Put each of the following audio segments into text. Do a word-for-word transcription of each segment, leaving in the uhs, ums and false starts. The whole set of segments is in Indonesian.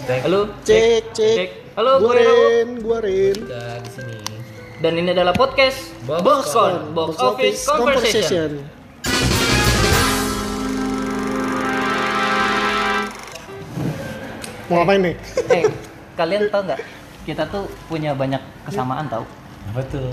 Halo, Cek, cek. cek. Halo, gua gue Rero. Ren, gua Ren. Udah di sini. Dan ini adalah podcast Boxcon, Box Office Conversation. Mau ngapain nih? Eh, kalian tahu nggak? Kita tuh punya banyak kesamaan tahu. Betul.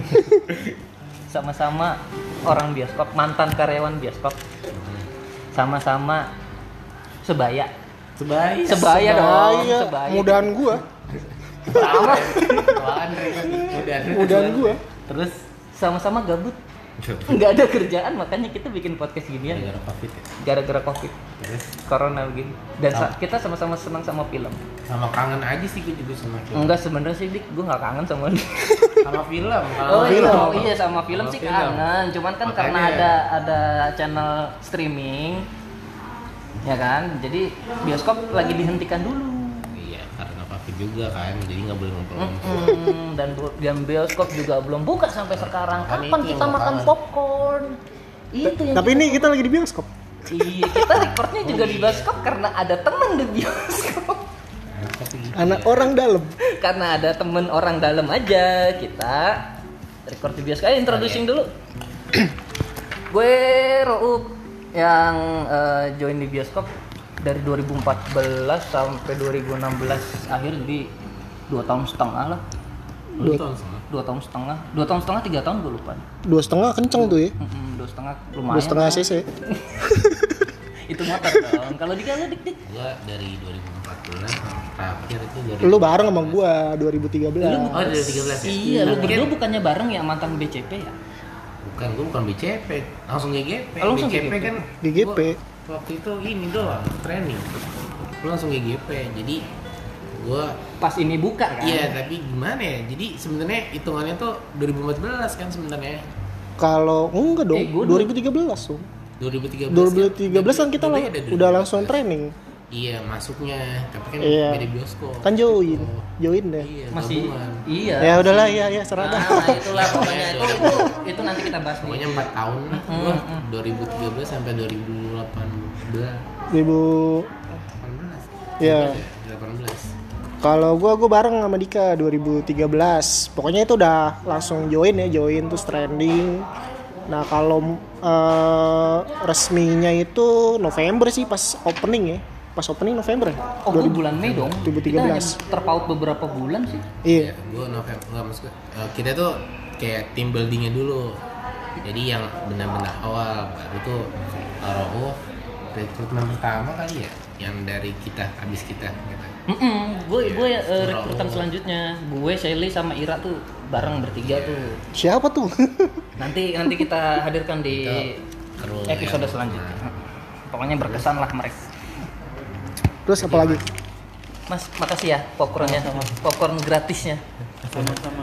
Sama-sama orang bioskop, mantan karyawan bioskop. Sama-sama sebaya. Sebaya. Sebaya dong, Iya, sebaya. mudahan gua. Sama. Apaan, Re? Mudahan. Mudahan gua. Terus sama-sama gabut. Nggak ada kerjaan, makanya kita bikin podcast ginian. Gara-gara Covid ya. Gara-gara Covid, Terus corona begini. Dan sa- Sama. kita sama-sama senang sama film. sama kangen aja sih gue juga sama film. Enggak, sebenarnya sih Dik, gue nggak kangen sama dia. Sama film. Oh iya, film. oh iya sama film Sama sih film. kangen. Cuman kan Makanya. karena ada ada channel streaming, ya kan. Jadi bioskop lagi dihentikan dulu. Iya, karena Covid juga kan, jadi nggak boleh ngumpul. Mm-mm, dan bu- dan bioskop juga belum buka sampai sekarang. Kan Kapan itu kita yang makan kangen. popcorn? Itu yang Tapi kita- ini kita lagi di bioskop. Iya, kita recordnya juga di bioskop karena ada temen di bioskop. Anak orang dalam. Karena ada temen orang dalam aja kita record di bioskop. Ayo introducing dulu. Gue Rouk yang eh, join di bioskop dari dua ribu empat belas sampai dua ribu enam belas akhir, di dua tahun setengah lah. Dua tahun sama. Dua tahun setengah, dua tahun setengah, tiga tahun gue lupa. Dua setengah kenceng tuh ya. Mm-mm, dua setengah lumayan. Dua setengah lah. cc. Itu motor dong. Kalau di kalau dik dik. Gua dari dua ribu empat belas terakhir itu dari Lu bareng sama gua dua ribu tiga belas. Lu- Oh, dari tiga belas ya? Iya, lu Tapi berdua kan- bukannya bareng ya mantan B C P ya? Bukan, gua bukan B C P, langsung G G P. Oh, langsung B C P G G P. kan G G P. gua waktu itu ini doang, training. Lu langsung G G P. Jadi gua Pas ini buka kan? iya, tapi gimana ya? Jadi sebenarnya hitungannya tuh dua ribu empat belas kan sebenarnya. Kalau enggak dong, Eh, gua dua ribu tiga belas tuh. dua ribu tiga belas. dua ribu tiga belas kan kita udah lang- beda dua ribu udah empat langsung belas. training. Iya, masuknya. Tapi kan Iya. beda bioskop. Kan join, Oh. join deh. Iya, Masih gabungan. iya. Ya udahlah, ya ya serah dah. Nah, itulah pokoknya itu, itu itu nanti kita bahas nih. Pokoknya empat tahun lah. Hmm, Gua hmm. dua ribu tiga belas sampai dua ribu delapan belas. dua ribu delapan belas. Iya. delapan belas. Kalau gua gua bareng sama Dika dua ribu tiga belas. Pokoknya itu udah langsung join ya, join terus trending. Nah, kalau eh, resminya itu November sih pas opening ya. Pas opening November ya. Oh, dua gua ribu bulan Mei dong. dua ribu tiga belas. Kita hanya terpaut beberapa bulan sih. Iya. Gue November nggak maksud gua, eh, kita tuh kayak team buildingnya dulu. Jadi yang benar-benar awal baru tuh Roh rekrutmen pertama kali ya, yang dari kita habis kita gitu. Gue Iya. gue uh, rekrutan Bravo. selanjutnya. Gue Shelly sama Ira tuh bareng bertiga tuh. Siapa tuh? Nanti nanti kita hadirkan di Itu kru episode yang- selanjutnya. Pokoknya berkesan lah mereka. Terus apa lagi? Mas, makasih ya popcornnya, popcorn gratisnya. Sama-sama.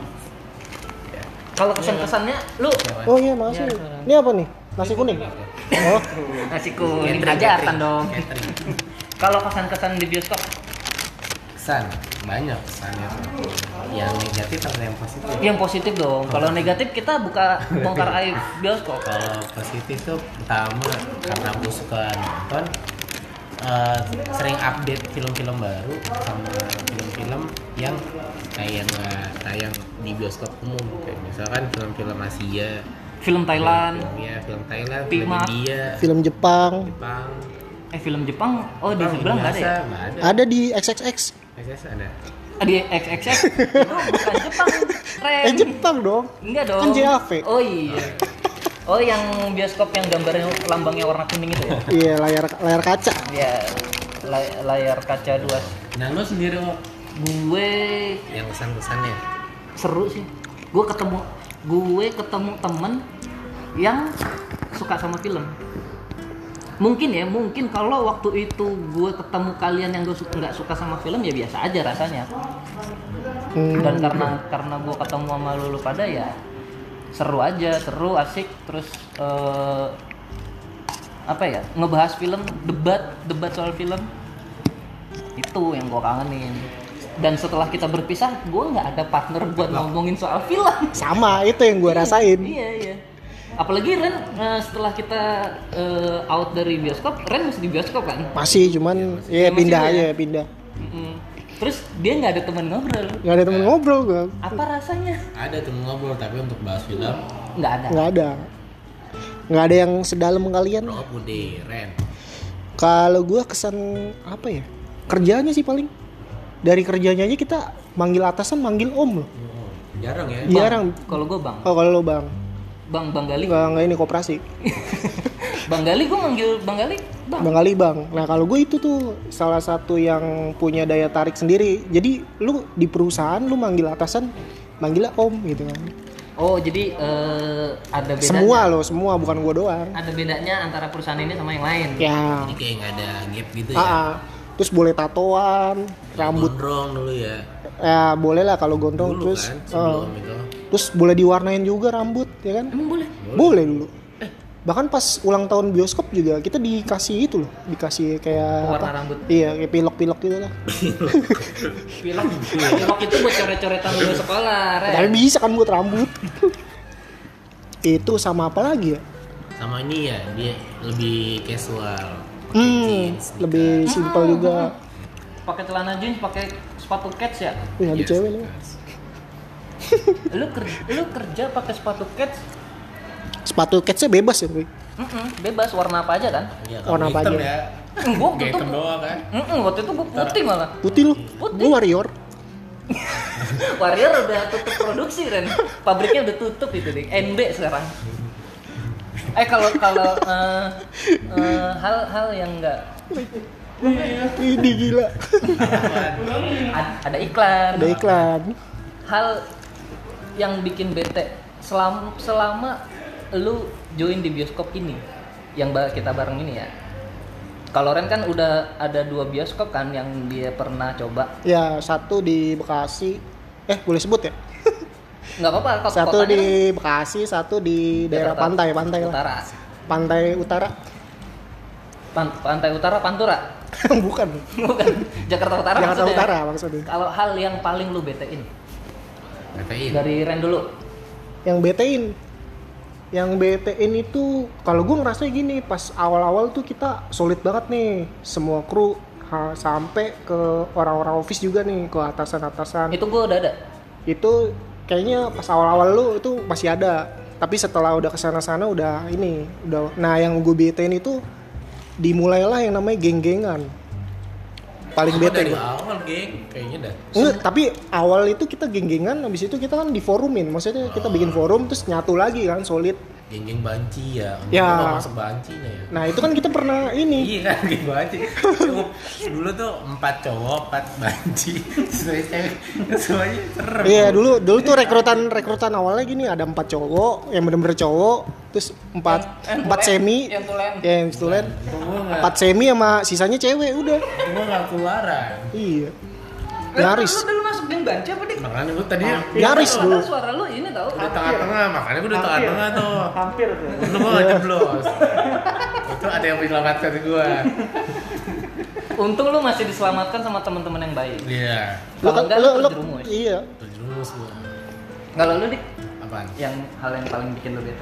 Kalau kesan-kesannya, lu Oh iya, makasih. Ini apa nih? Nasi kuning. Oh, nasi kuning Catering, hajatan catering. dong. Catering. Kalau kesan-kesan di bioskop, Kesan banyak kesannya tuh. Yang negatif atau yang positif? yang positif dong. Kalau negatif kita buka bongkar aib bioskop. Kalau positif tuh pertama karena gue suka nonton, eh, sering update film-film baru sama film-film yang kayak nggak tayang di bioskop umum, kayak misalkan film-film Asia, Film Thailand, film, ya film Thailand, film Pimak. India, film Jepang. Jepang. eh film Jepang, oh di Jepang sebelah nggak ada biasa, ya? nggak ada. Ada di X X X. X S ada. Ah, di X X X, itu bukan Jepang, keren. Eh Jepang dong. Enggak dong. Kan J A V. Oh iya. Oh yang bioskop yang gambarnya lambangnya warna kuning itu ya? Iya, layar layar kaca. Ya lay- layar kaca dua. Nah lo sendiri Wak, Gue yang kesan-kesannya? seru sih. Gue ketemu gue ketemu temen yang suka sama film. Mungkin ya, mungkin kalau waktu itu gue ketemu kalian yang gue nggak suka sama film ya biasa aja rasanya. Hmm. Dan karena karena gue ketemu sama lu pada ya seru aja, seru, asik, terus eh, apa ya, ngebahas film, debat, debat soal film, itu yang gue kangenin. Dan setelah kita berpisah, gue nggak ada partner buat ngomongin soal film. Sama, itu yang gua rasain. Iya iya. Apalagi Ren eh, setelah kita eh, out dari bioskop, Ren masih di bioskop kan? Masih cuman ya Masih pindah ya? aja, pindah. Mm-mm. Terus dia nggak ada teman ngobrol. Nggak ada temen ngobrol gue. Apa rasanya? Ada temen ngobrol tapi untuk bahas film Nggak ada. Nggak ada. Nggak ada yang sedalam kalian. Rob udah Ren. Kalau gue kesan apa ya? Kerjanya sih paling. Dari kerjanya aja kita manggil atasan, manggil om loh. Oh, jarang ya. Bang. Jarang. Kalau gue bang, Oh kalau lo bang, bang Bang Gali. nggak nggak ini koperasi. Bang Gali gue manggil Bang Gali, bang. Bang kali bang. Nah kalau gue itu tuh salah satu yang punya daya tarik sendiri. Jadi lu di perusahaan lu manggil atasan, manggilnya om gitu kan. Oh jadi eh, ada bedanya. Semua loh, semua bukan gue doang. Ada bedanya antara perusahaan ini sama yang lain. Ya. Jadi kayak nggak ada gap gitu Ah, ya. ah. Terus boleh tatoan, rambut. Gondrong dulu ya. Ya boleh lah kalau gondrong. Dulu Terus kan eh, sebelum itu. terus boleh diwarnain juga rambut ya kan. Emang boleh? Boleh dulu. Bahkan pas ulang tahun bioskop juga kita dikasih itu loh, dikasih kayak Warna apa? rambut. Iya, kayak pilok-pilok gitu lah. Pilok, pilok itu buat coret-coretan dulu sekolah, Ren. Tapi bisa kan buat rambut. Itu sama apa lagi ya? Sama ini ya, dia lebih casual. Pakai Hmm, jeans, sneaker. lebih simpel juga. Pakai celana jeans, pakai sepatu kets ya. Wih, ada Yes, cewek loh. yes. Lu kerja, lu kerja pakai sepatu kets, Sepatu ketsnya bebas ya, Boy? mm-mm, bebas warna apa aja kan? Iya, Warna kalau apa hitam aja? ya. Gua waktu Kayak itu, hitam doang kan. mm-mm, waktu itu gua putih malah. Putih lu. Putih. Lu warrior. Warrior udah tutup produksi Ren, pabriknya udah tutup itu deh, N B sekarang. Eh kalau kalau eh, eh, hal-hal yang enggak Ini gila. ad- ada iklan, Ada iklan. hal yang bikin bete selama selama lu join di bioskop ini yang ba- kita bareng ini ya. Kalau Ren kan udah ada dua bioskop kan yang dia pernah coba. Ya, satu di Bekasi. Eh, boleh sebut ya? Nggak apa-apa kalau Satu kotanya di Bekasi, satu di kan daerah Jakarta pantai, pantai lah. Utara. Pantai utara. Pan- pantai Utara Pantura. Bukan. Bukan Jakarta Utara Jakarta maksudnya. Utara maksudnya. Kalau hal yang paling lu betein Ngapain? dari Ren dulu. Yang betein. Yang betein itu kalau gue ngerasa gini, pas awal-awal tuh kita solid banget nih, semua kru ha, sampai ke orang-orang office juga nih, ke atasan-atasan. Itu gue udah ada. Itu kayaknya pas awal-awal lu itu masih ada, tapi setelah udah kesana-sana udah ini udah. Nah yang gue betein itu dimulailah yang namanya geng-gengan. Paling Oh, bete dari gua. awal geng kayaknya dah. Enggak, tapi awal itu kita geng-gengan, habis itu kita kan diforumin, maksudnya kita bikin forum terus nyatu lagi kan, solid. Geng-geng banci ya. Ya. Nggak masuk bancinya ya. Nah itu kan kita pernah ini. Iya kan geng banci. Cuma dulu tuh empat cowok, empat banci. Semuanya cewek. Semuanya serem. Iya dulu dulu tuh rekrutan rekrutan awalnya gini, ada empat cowok yang bener-bener cowok, terus empat Yang- empat yang semi, tulen, yang tulen. ya yang tulen, Gua nggak, empat semi sama sisanya cewek udah. gua nggak keluaran. Iya. Ren, Nyaris. Lu dulu masuk geng banci apa dik? Makanya gua tadi Nyaris Padahal dulu. Suara lu ini tau. di tengah-tengah, makanya gua di tengah-tengah tuh. Hampir tuh. Lu gua nggak jeblos. Itu ada yang menyelamatkan gua. Untung lu masih diselamatkan sama teman-teman yang baik. Iya. Lu Kalau kan enggak lu, lu lu terjerumus. iya. Terjerumus gua. Kalau lu dik, Apaan? yang hal yang paling bikin lu bete?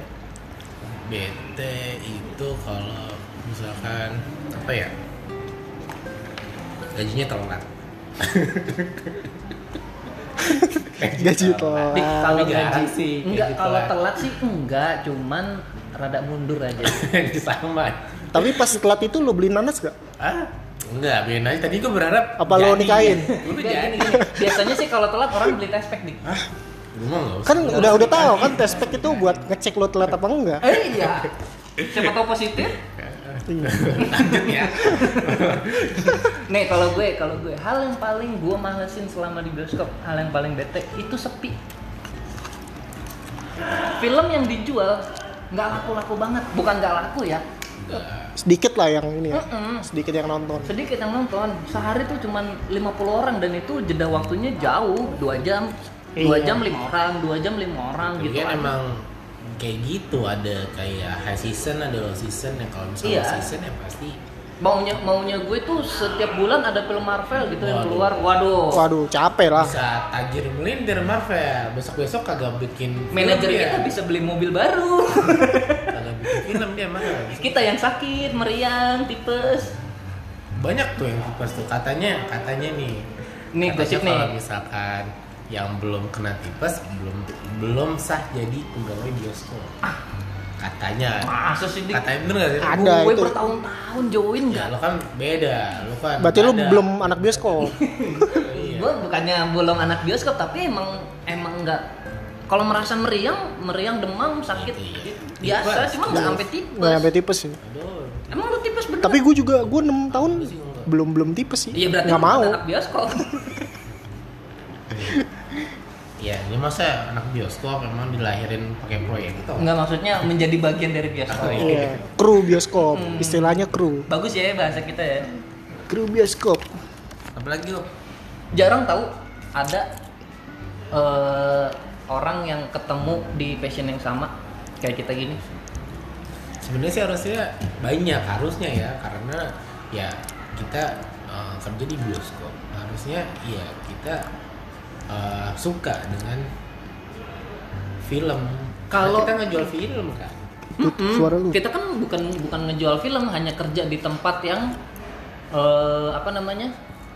Bete itu kalau misalkan apa ya, gajinya telat. Gaji telat. Dik, kalau Tapi jarang gaji sih, enggak, gaji kalau telat. telat sih enggak, cuman rada mundur aja. Sama. Tapi pas telat itu lu beli nanas gak? Ah, enggak, biarin aja. Tadi gua berharap Apa lo jadi. nikahin? Gua udah Enggak, jadi. gini, gini. Biasanya sih kalau telat orang beli tespek dik. Hah? Gua mah enggak usah. Kan udah udah tahu kan tespek itu buat ngecek lu telat apa enggak. Eh iya. Siapa tahu positif? Lanjut ya. Nih kalau gue, kalau gue hal yang paling gue malesin selama di bioskop, hal yang paling bete itu sepi. Film yang dijual nggak laku-laku banget, bukan nggak laku ya, Sedikit lah yang ini ya. Mm-mm. Sedikit yang nonton. sedikit yang nonton. Sehari tuh cuman lima puluh orang dan itu jeda waktunya jauh, dua jam, dua Iya. jam lima orang, dua jam lima orang Tapi gitu. kan aja. emang kayak gitu, ada kayak high season, ada low season ya. Kalau misalnya Iya. low season ya pasti maunya maunya gue tuh setiap bulan ada film Marvel gitu yang Waduh. keluar. Waduh. Waduh, capek lah. bisa tajir melintir Marvel. Besok-besok kagak bikin film Manajer dia. kita bisa beli mobil baru. Kagak bikin film dia mah. Kita yang sakit, meriang, tipes. banyak tuh yang tipes tuh katanya katanya nih Nih, katanya gosip nih. kalau misalkan yang belum kena tipes belum belum sah jadi pegawai bioskop katanya Masa sih, Dik? katanya bener nggak sih? Ada Gue itu. bertahun-tahun join Ya nggak? lo kan beda lo kan Berarti lu ada. belum anak bioskop. Iya. Gue bukannya belum anak bioskop, tapi emang emang nggak. Kalau merasa meriang, meriang demam sakit Iya. biasa, Tipes. cuma nggak sampai tipes. Nggak sampai tipes sih. Aduh. Emang lu tipes bener? Tapi gue juga gue enam tahun Aku sih enggak. belum belum tipes sih. Iya berarti nggak lu bukan mau. anak bioskop. Ya ini masa anak bioskop emang dilahirin pakai proyek gitu. Nggak, maksudnya menjadi bagian dari bioskop. Oh, Iya, kru bioskop, Hmm. istilahnya kru. Bagus ya bahasa kita ya. Kru bioskop. Apalagi lo Jarang tahu ada eh, orang yang ketemu di passion yang sama kayak kita gini. sebenarnya sih harusnya banyak harusnya ya karena ya kita uh, kerja di bioskop harusnya ya kita uh, suka dengan film. Kalau- Karena kita ngejual film kan. Tut, suara lu. Kita kan bukan bukan ngejual film, hanya kerja di tempat yang eh, apa namanya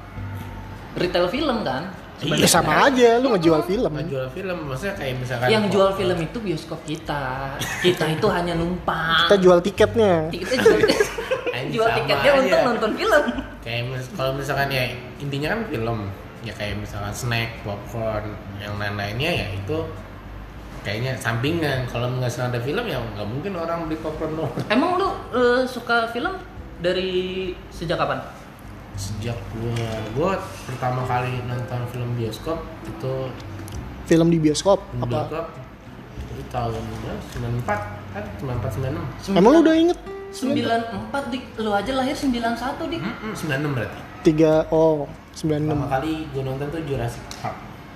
retail film kan. Ya sama aja lu ngejual film. Ngejual film maksudnya kayak misalkan Yang jual film itu bioskop kita. Kita itu hanya numpang. Kita jual tiketnya. Kita jual, Anjing, jual sama tiketnya aja. untuk nonton film. kayak mis- kalau misalkan ya intinya kan film ya kayak misalkan snack, popcorn, yang lain-lainnya ya itu kayaknya sampingan. Kalau nggak ada film ya nggak mungkin orang beli popcorn doang. Emang lu eh, suka film dari sejak kapan? Sejak gua gua pertama kali nonton film bioskop itu Film di bioskop film apa? bioskop itu tahun sembilan puluh empat kan sembilan puluh empat sembilan puluh enam Emang lu udah inget? sembilan puluh empat dik, lu aja lahir sembilan puluh satu dik. Mm-mm, sembilan puluh enam berarti. Tiga oh sembilan Pertama enam kali gua nonton tuh Jurassic Park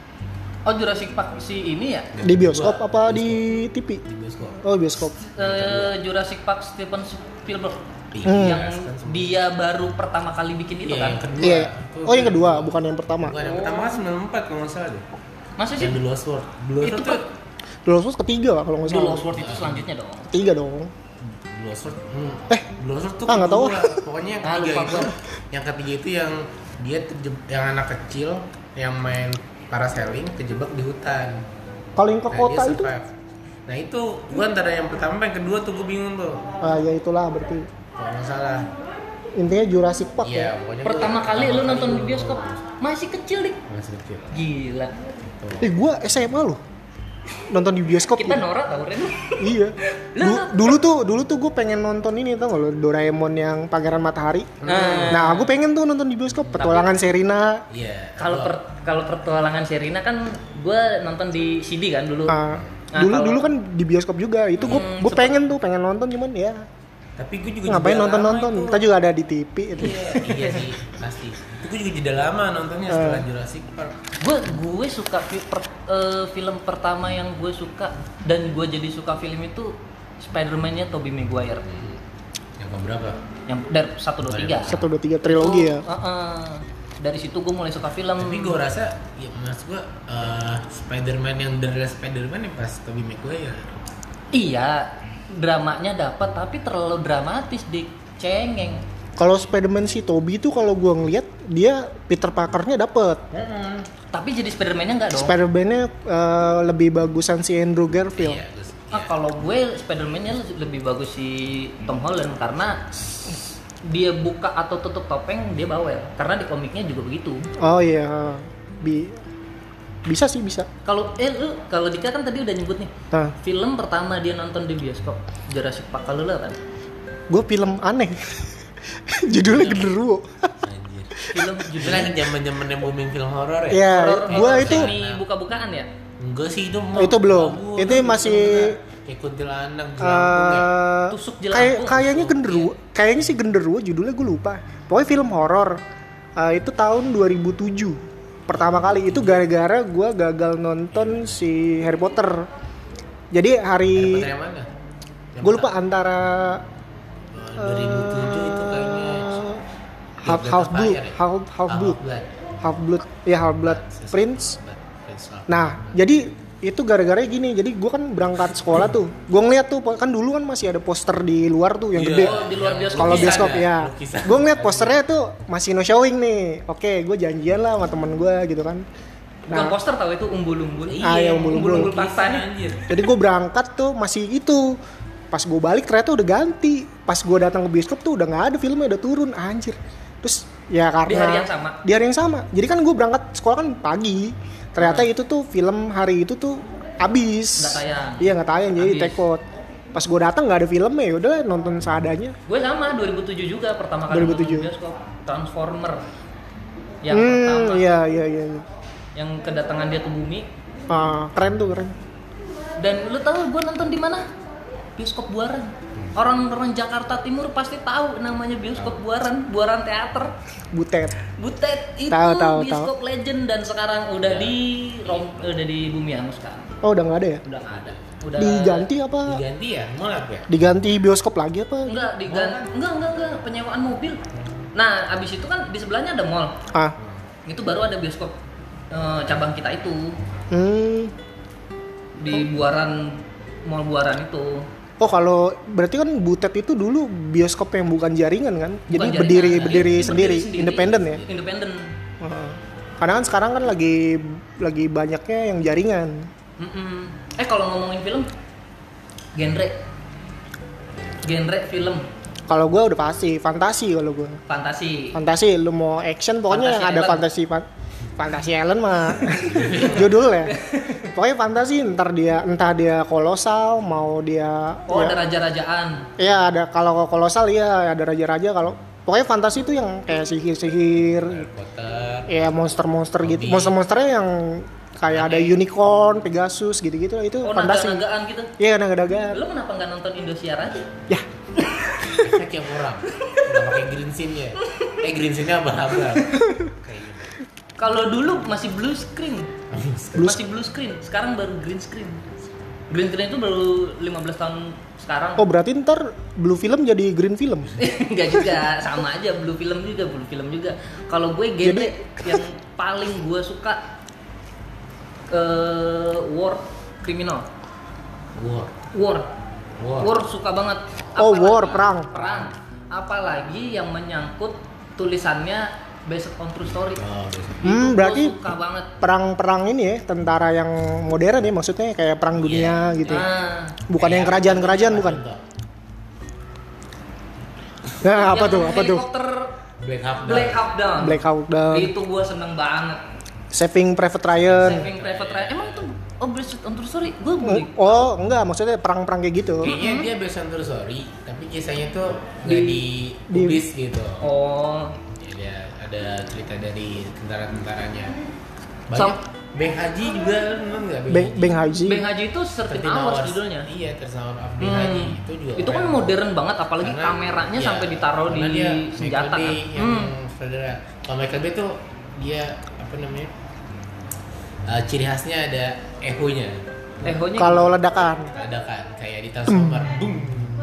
Oh Jurassic Park si ini ya? di bioskop Gua- apa di T V? di bioskop. Oh bioskop. Eh, Jurassic Park Steven Spielberg Iya, Hmm. yang kan semua. dia baru pertama kali bikin itu Iya, kan? yang kedua. Iya. Itu Oh yang kedua, bukan yang pertama. Bukan yang pertama kan sembilan puluh empat kalau nggak salah deh. Masa sih? Yang The Lost World. The Lost Itu World kan tuh The Lost World ketiga kalau nggak The salah. Lost World itu selanjutnya dong. Ketiga dong. The Lost World. Hmm. Eh, The Lost World tuh ah, nggak tahu. kedua. Pokoknya yang Ah, ketiga lupa itu, gua. yang ketiga itu yang dia terjeb- yang anak kecil yang main parasailing kejebak di hutan. Kalau yang ke Nah, kota dia itu, survive. Nah itu gua antara yang pertama apa yang kedua tuh gua bingung tuh. ah ya itulah berarti. Kalau nggak salah. Intinya Jurassic Park Iya, ya. pokoknya Pertama gua- kali pertama lu kali nonton gua di bioskop masih kecil dik. Masih kecil. Gila. Tuh. Eh gua S M A loh. Nonton di bioskop. Kita gitu. norak tau Ren. Iya. Lah, Du- dulu tuh dulu tuh gue pengen nonton ini tau gak lo Doraemon yang Pangeran Matahari. Nah, Nah, aku pengen tuh nonton di bioskop Petualangan Sherina. Iya. kalau gua- per, kalau pertualangan Sherina kan gue nonton di C D kan dulu. Ah, Nah, dulu kalau- dulu kan di bioskop juga. Itu gue Hmm, gue sempet- pengen tuh pengen nonton cuman ya tapi gue juga ngapain jeda nonton lama nonton. itu. Kita juga ada di T V itu. Iya, iya sih pasti. Itu gue juga jeda lama nontonnya setelah Jurassic Park. Gue gue suka fi- per- eh, film pertama yang gue suka dan gue jadi suka film itu Spider-Man-nya Tobey Maguire. Yang keberapa? Yang dari satu dua tiga. Satu dua tiga trilogi ya. Dari situ gue mulai suka film. Tapi gue rasa, ya maksud gue uh, Spider-Man yang dari Spider-Man yang pas Tobey Maguire. Iya, dramanya dapat tapi terlalu dramatis dik, cengeng. Kalau Spider-Man si Toby itu kalau gue ngeliat dia Peter Parker-nya dapet. Tapi jadi Spider-Man-nya enggak dong. Spider-Man-nya eh, lebih bagusan si Andrew Garfield. Iya, terus Ah, kalau gue Spider-Man-nya lebih bagus si Tom Holland karena dia buka atau tutup topeng dia bawel. Karena di komiknya juga begitu. Oh iya. Bi bisa sih bisa. Kalau eh lu kalau Dika kan tadi udah nyebut nih. Nah, Film pertama dia nonton di bioskop Jurassic Park. Kalau lu kan gue film aneh. Judulnya Genderuwo. anjir. film Itu judulnya kan zaman-zaman yang booming film horor ya? Ya, horror, gue horror itu semi buka-bukaan ya. Enggak sih itu Oh, itu belum. bagus. Itu masih kayak kuntilanak jelangkung ya. eh Tusuk kayak jelangkung. kayaknya Genderuwo, kayaknya sih Genderuwo judulnya gue lupa. Pokoknya film horor. Eh, itu tahun dua ribu tujuh. Pertama kali itu gara-gara gue gagal nonton si Harry Potter. Jadi hari Harry Potter yang mana? Yang gue lupa antara pertama? dua ribu tujuh itu kayaknya eh, Half Goblet Half of Blood, Fire ya? Half Half Ah, Blood, Blood. Half Blood, ya Half Blood Blood, Prince. Blood, Prince of- Nah, jadi itu gara-gara gini, jadi gue kan berangkat sekolah tuh, gue ngeliat tuh kan dulu kan masih ada poster di luar tuh yang Iya. gede. Oh, di luar bioskop. Kalau Lukisan bioskop ya, ya, lukisan. gue ngeliat posternya tuh masih no showing nih. Oke, gue janjian lah sama temen gue gitu kan. Bukan poster tahu itu umbul-umbul. Ah, iya, umbul-umbul. Umbul-umbul pantai. Anjir. Jadi gue berangkat tuh masih itu. Pas gue balik ternyata udah ganti. Pas gue datang ke bioskop tuh udah nggak ada filmnya, udah turun anjir. Terus ya karena Di hari yang sama? Di hari yang sama. Jadi kan gue berangkat sekolah kan pagi. Ternyata itu tuh film hari itu tuh habis. Nggak tayang. Iya nggak tayang jadi Habis. take out. Pas gue datang nggak ada filmnya, ya udah nonton seadanya. Gue sama dua ribu tujuh juga pertama kali dua ribu nonton tujuh. di bioskop Transformer. Yang hmm, pertama. iya iya iya. iya. Yang kedatangan dia ke bumi. Ah, keren tuh keren. Dan lu tahu gue nonton di mana? Bioskop Buaran. Orang-orang Jakarta Timur pasti tahu namanya bioskop Buaran, Buaran Teater. Butet. Butet itu Tahu, tahu, bioskop legend dan sekarang udah di rom, udah di Bumi Angus sekarang. Oh udah nggak ada ya? Udah nggak ada. Udah Diganti apa? Diganti ya, mau apa ya? Diganti bioskop lagi apa? Enggak, diganti. Enggak, enggak, enggak, penyewaan mobil. Nah, abis itu kan di sebelahnya ada mall. Ah. Itu baru ada bioskop eh, cabang kita itu Hmm. di Buaran, Mall Buaran itu. Oh kalau berarti kan Butet itu dulu bioskop yang bukan jaringan kan? Bukan Jadi jaringan, berdiri nah, berdiri itu sendiri, independen ya. Independen. Heeh. Karena kan sekarang kan lagi lagi banyaknya yang jaringan. Mm-mm. Eh kalau ngomongin film, genre, genre film Kalau gue udah pasti fantasi kalau gue. fantasi. Fantasi, lu mau action pokoknya Fantasy yang ada Island. fantasi fan- Fantasi Island mah judul ya. Pokoknya fantasi ntar dia entah dia kolosal mau dia Oh ya, ada raja-rajaan. Iya ada kalau kolosal iya ada raja-raja kalau pokoknya fantasi itu yang kayak sihir-sihir, Harry Potter. ya monster-monster gitu. Hobbit. Monster-monsternya yang kayak ada unicorn, Pegasus gitu-gitu lah itu Oh fantasi. naga-nagaan gitu. Iya naga-naga. Lu kenapa nggak nonton Indosiar aja? Ya Efek yang kurang. Nggak pakai green scene ya. Eh green scene-nya abal-abal. Kayaknya. Kalau dulu masih blue screen. Blue masih blue screen. Sekarang baru green screen. Green screen itu baru lima belas tahun sekarang. oh berarti ntar blue film jadi green film. Enggak juga, sama aja blue film juga, blue film juga. Kalau gue genre Jadi- yang paling gue suka eh war criminal. War. War. War. War suka banget. Oh, Apalagi- war, perang. Perang. Apalagi yang menyangkut tulisannya based on true story. Oh, biasa. Hmm, Itu berarti gue suka banget. perang-perang ini ya tentara yang modern ya maksudnya kayak perang dunia gitu. ya. Nah, Bukan yang Kayak kerajaan-kerajaan bukan. contoh. Nah, apa yang tuh? Apa tuh? helikopter Black Hawk Down. Black Hawk Down. Black Hawk Down, Itu gue seneng banget. Saving Private Ryan. Saving Private Ryan. Emang itu oh based on true story? Gue beli. Oh, enggak, maksudnya perang-perang kayak gitu. Kayaknya dia based on true story, tapi kisahnya tuh nggak di di- publis gitu. Oh, Ya, dia ada cerita dari tentara-tentaranya. Sam- Banyak. Beng Haji juga nonton nggak? Beng Beng Haji. Beng Haji itu thirteen hours judulnya. Iya, thirteen hours of Beng Hmm. Haji itu juga. Itu kan keren. modern banget, apalagi Karena- kameranya iya, sampai ditaruh di karena dia senjata Michael kan. Bay yang Hmm. saudara. Kalau Michael Bay tuh dia apa namanya? Uh, ciri khasnya ada echo-nya. Ehonya. Kalau ledakan. Ada kan kayak di Transformer. Boom.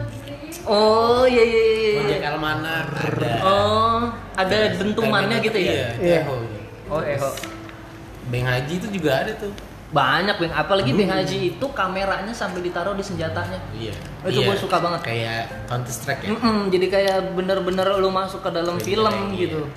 Oh iya iya iya. iya. Project Almanar ada. Oh, ada dentumannya gitu ya. Iya, Iya. echo. Oh, eho. Beng Haji itu juga ada tuh. Banyak Beng, apalagi Beng Haji itu kameranya sampai ditaruh di senjatanya. Iya. Itu Iya. gua suka banget. Kayak Counter Strike ya. Mm-mm, jadi kayak bener-bener lu masuk ke dalam Kayak film gitu, iya. gitu.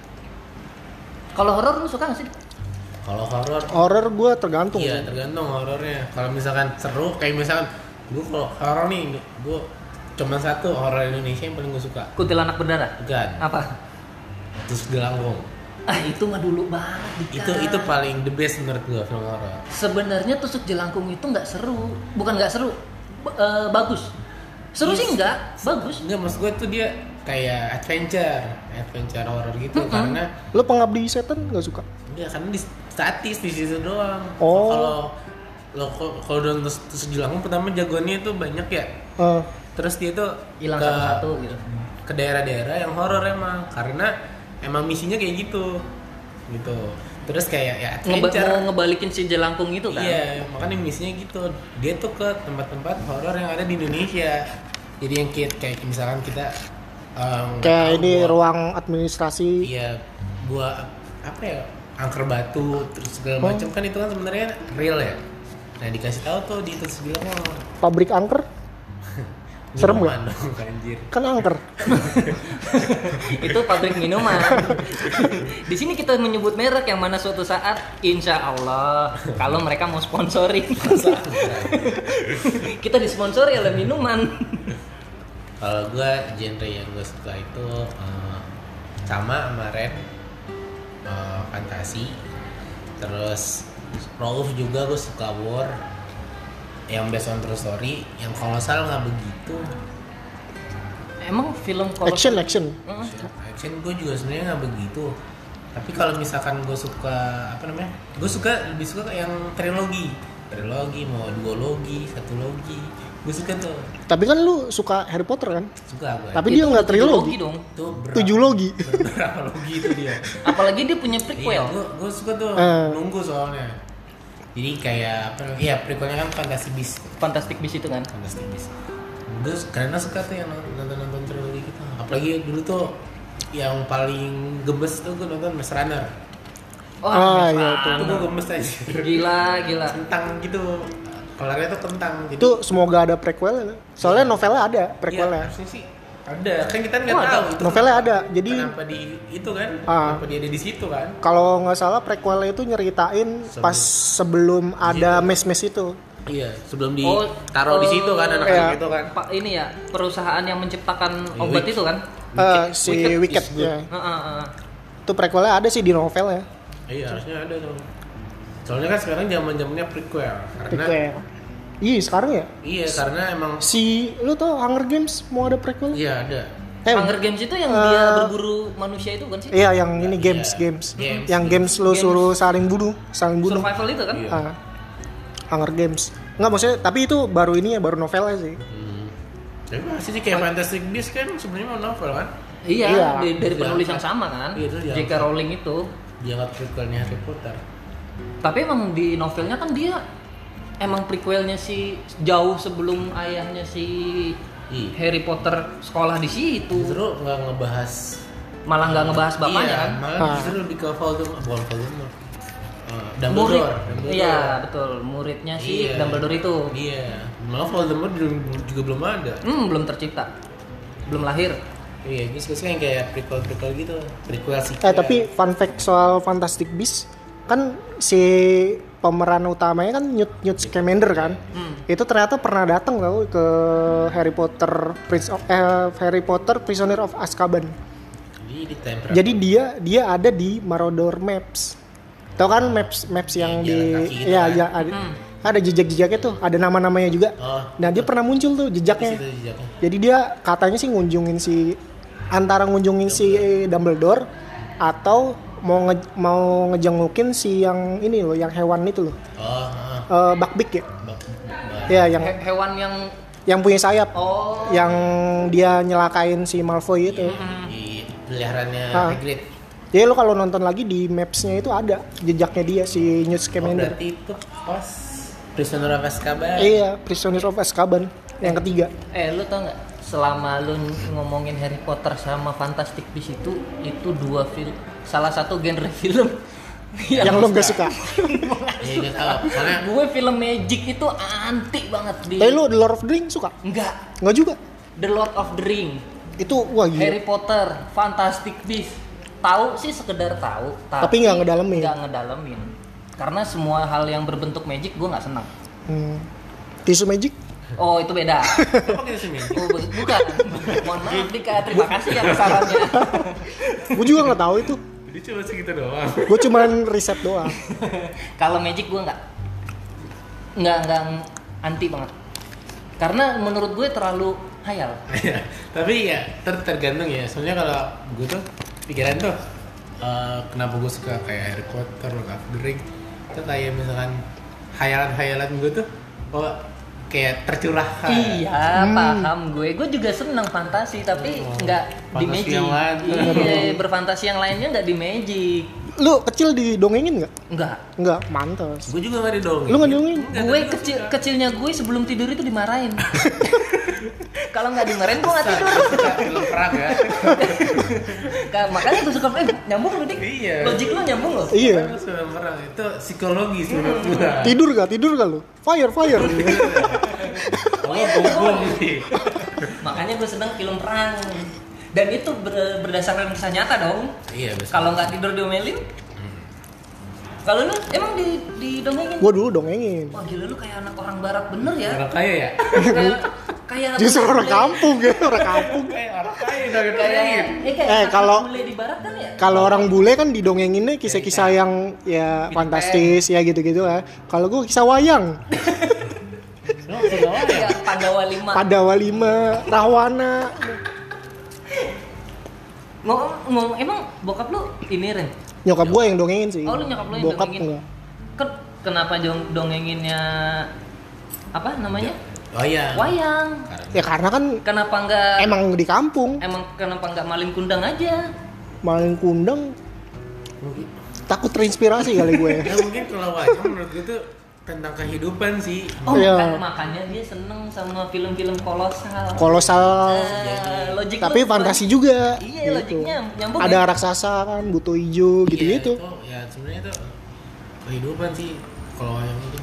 Kalau horor lu suka gak sih? Kalau horor Horor gue tergantung. iya tergantung horornya. Kalau misalkan seru kayak misalkan gue kalau horor nih gue cuma satu horor Indonesia yang paling gue suka. Kuntilanak berdarah. Bukan. Apa? Tusuk Gelangkung. Ah itu mah dulu banget. Dika. Itu itu paling the best menurut gue film horor. Sebenarnya tusuk jelangkung itu nggak seru, bukan nggak seru, b- eh, bagus. Seru sih nggak, bagus. Enggak maksud gue tuh dia kayak adventure, adventure horor gitu Mm-mm. karena Lo Pengabdi Setan nggak suka? enggak karena di statis di situ doang. Oh. Kalau lo kalau kalau udah tus- tusuk Gelangkung pertama jagoannya itu banyak ya. Eh, Terus dia tuh Hilang ke- satu-satu gitu. ke daerah-daerah yang horor emang karena emang misinya kayak gitu gitu terus kayak ya Ngeba- adventure mau ngebalikin si jelangkung itu kan? iya makanya misinya gitu dia tuh ke tempat-tempat horor yang ada di Indonesia jadi yang kayak kayak misalkan kita um, nggak kayak tahu ini gua- ruang administrasi. iya gua apa ya angker batu terus segala Oh. macam kan itu kan sebenarnya real ya Nah dikasih tahu tuh di terus bilang oh, Pabrik angker? Serem minuman nggak? dong, anjir. Kan angker. Itu pabrik minuman. Di sini kita menyebut merek yang mana suatu saat insya Allah kalau mereka mau sponsorin kita disponsori oleh minuman. Kalau gue genre yang gue suka itu uh, sama sama Red, uh, fantasi, terus Rauf juga gue suka war, yang based on true story, yang kalau nggak salah nggak begitu. Emang film kalau Action, action. Heeh. Action gue juga sebenarnya nggak begitu. Tapi kalau misalkan gue suka apa namanya, gue suka lebih suka yang trilogi, trilogi mau duologi, satu logi, gue suka tuh. Tapi kan lu suka Harry Potter kan? Suka gue. Tapi Itu dia nggak tujuh trilogi. logi dong. Tuh berapa, Tujuh logi. berapa logi itu dia. Apalagi dia punya Iya, prequel. gue gue suka tuh Eh. nunggu soalnya. Jadi kayak apa namanya? Iya, prequelnya kan Fantasy Beasts, Fantastic Beasts itu kan. Fantastic Beasts. Gue karena suka tuh yang nonton-nonton trilogi gitu. Apalagi dulu tuh yang paling gemes tuh gue nonton Maze Runner. Wah, Ah, Maze iya, Itu Runner. gue gemes aja. Gila, gila. Kentang gitu. Kelarnya tuh kentang. Jadi Itu semoga ada prequel. Soalnya novelnya ada iya, prequelnya. harusnya sih ada. Kan kita nggak Oh, ada. tahu itu. Novelnya ada. Jadi Kenapa di itu kan? Ah. Kenapa dia ada di situ kan? kalau nggak salah prequelnya itu nyeritain Sebelum- pas sebelum ada Iya. mes-mes itu. Iya, sebelum di Oh, taruh di eh, situ kan iya. anak-anak itu kan. Pak ini ya, perusahaan yang menciptakan Iya, obat Wick. itu kan? Eh, si Wicked Wicked is good. ya. Heeh, heeh. Itu prequelnya ada sih di novelnya. Iya, harusnya ada dong. Soalnya kan sekarang zaman-zamannya prequel karena Prequel. Iya, sekarang ya. iya karena emang Si lu tau Hunger Games mau ada prequel? iya ada. Eh, Hunger Games itu yang eh, dia berburu manusia itu kan sih? Iya, yang ini games, Iya. games. Games, Yang games lu Games. suruh saling bunuh, saling bunuh. Survival itu kan? Iya. Ah. Hunger Games. Enggak maksudnya, tapi itu baru ini ya, baru novelnya sih. Hmm. Tapi masih sih kayak Fantastic Beasts kan sebenarnya mau novel kan? Iya, Iya. dari, dari Iya. penulis yang sama kan? Iya, itu J K yang- Rowling itu. Dianggap prequelnya Harry Potter. Tapi emang di novelnya kan dia emang prequelnya si jauh sebelum ayahnya si Iya. Harry Potter sekolah di situ. Justru nggak ngebahas Malah nggak ngebahas bapaknya iya, kan? malah Ah. justru lebih ke Voldemort, bukan Voldemort. Uh, Murid. Dumbledore, Dumbledore. Iya, betul. Muridnya si Iya. Dumbledore itu. Iya, malah Voldemort juga, juga belum ada. Hmm, belum tercipta. Belum lahir. Iya, gue suka yang kayak prequel-prequel gitu, prequel sih. Eh tapi fun fact soal Fantastic Beasts kan si pemeran utamanya kan Newt, Newt Scamander kan. Hmm. Itu ternyata pernah datang tau ke Harry Potter Prince of eh, Harry Potter Prisoner of Azkaban. Jadi di tempera. Jadi dia dia ada di Marauder Maps. Tahu kan maps maps yang Yang di jalan kaki gitu ya kan? ya ada, Hmm. ada jejak-jejaknya tuh, ada nama-namanya juga. Oh, Nah, dia pernah muncul tuh di jejaknya. situ jejaknya. Jadi dia katanya sih ngunjungin si antara ngunjungin si Dumbledore atau mau nge, mau ngejengukin si yang ini loh, yang hewan itu loh. Oh, heeh. Eh Buckbeak ya. Bak- bak- Ya, yang He- hewan yang yang punya sayap. oh Yang dia nyelakain si Malfoy itu. di peliharaannya Ah. Hagrid. Jadi lo kalau nonton lagi di maps-nya itu ada jejaknya dia si Newt Oh, Scamander. berarti itu pas Prisoner of Azkaban. Iya, Prisoner of Azkaban yang ketiga. eh lu tau nggak, selama lu ngomongin Harry Potter sama Fantastic Beasts itu itu dua film, salah satu genre film Yang lo gak suka. Iya, gue tahu. Karena gue film magic itu anti banget di Tapi lo The Lord of the Rings suka? enggak, Enggak juga. The Lord of the Ring, Itu wah gila. Harry Potter, Fantastic Beasts, tahu sih sekedar tahu, Tapi nggak ngedalemin. nggak ngedalemin. Karena semua hal yang berbentuk magic gue nggak senang. Hmm. Tisu magic? Oh itu beda. apa gitu sih, Min? Oh, bu- bukan. Mohon maaf Dika, terima kasih ya sarannya. Gue juga nggak tahu itu. Jadi cuma segitu doang. Gue cuman riset doang. Kalau magic gue nggak, nggak nggak anti banget. Karena menurut gue terlalu hayal. Iya. Tapi ya ter- tergantung ya. Soalnya kalau gue tuh pikiran tuh eh, kenapa gue suka kayak Harry Potter, Lord of the Ring itu kayak misalkan hayalan-hayalan gue tuh oh kayak tercurahkan. Iya, Hmm. paham gue. Gue juga senang fantasi, tapi Oh, nggak di fantasi magic. yang lain. Iya, berfantasi yang lainnya nggak di magic. Lu kecil didongengin nggak? Enggak. Nggak, mantes. Gue juga gak didongeng. Lu nggak didongengin? Enggak, Gue tapi kecil suka. kecilnya gue sebelum tidur itu dimarahin. Kalau nggak dengerin gue nggak tidur. Film perang ya. Ka- Makanya gue suka eh, nyambung lu dik. Iya. Logik lu nyambung loh. Iya. Itu film perang itu psikologis menurut gua. Tidur gak? Tidur gak lu? Fire, fire. Oh, bom sih. Makanya gue seneng film perang. Dan itu ber- berdasarkan kisah nyata dong. Iya, betul. Kalau nggak tidur diomelin. Kalau lu emang di didongengin? Gua dulu dongengin. Wah gila lu kayak anak orang barat bener ya. Orang kaya ya? kayak kayak Justru orang bule- kampung ya, orang kampung. Kayak orang kaya udah Kayak dongengin. eh, kayak Eh, anak kalau- bule di barat kan ya. Kalau orang bule kan didongenginnya kisah-kisah yang ya fantastis ya gitu-gitu lah. Kalau gua kisah wayang, Lu sudah ya? Kayak Pandawa lima. Pandawa lima, Rahwana. Ngomong, ngomong emang bokap lu ini Ren? Nyokap gua yang dongengin sih. Oh lu nyokap lu yang Bokap dongengin? enggak. Kan kenapa dong dongenginnya apa namanya? Oh iya. Wayang. Ya karena kan Kenapa enggak emang di kampung, emang kenapa enggak maling kundang aja? maling kundang takut terinspirasi kali gue. Ya mungkin kalau wayang menurut gue tuh tentang kehidupan sih. Oh, Iya. kan makanya dia seneng sama film-film kolosal. Kolosal. Eh, logik Tapi lu- fantasi juga. Iya, logiknya nyambung. Ada ya? raksasa kan, buto hijau gitu-gitu. Iya, itu, ya sebenarnya itu kehidupan sih kalau wayang itu.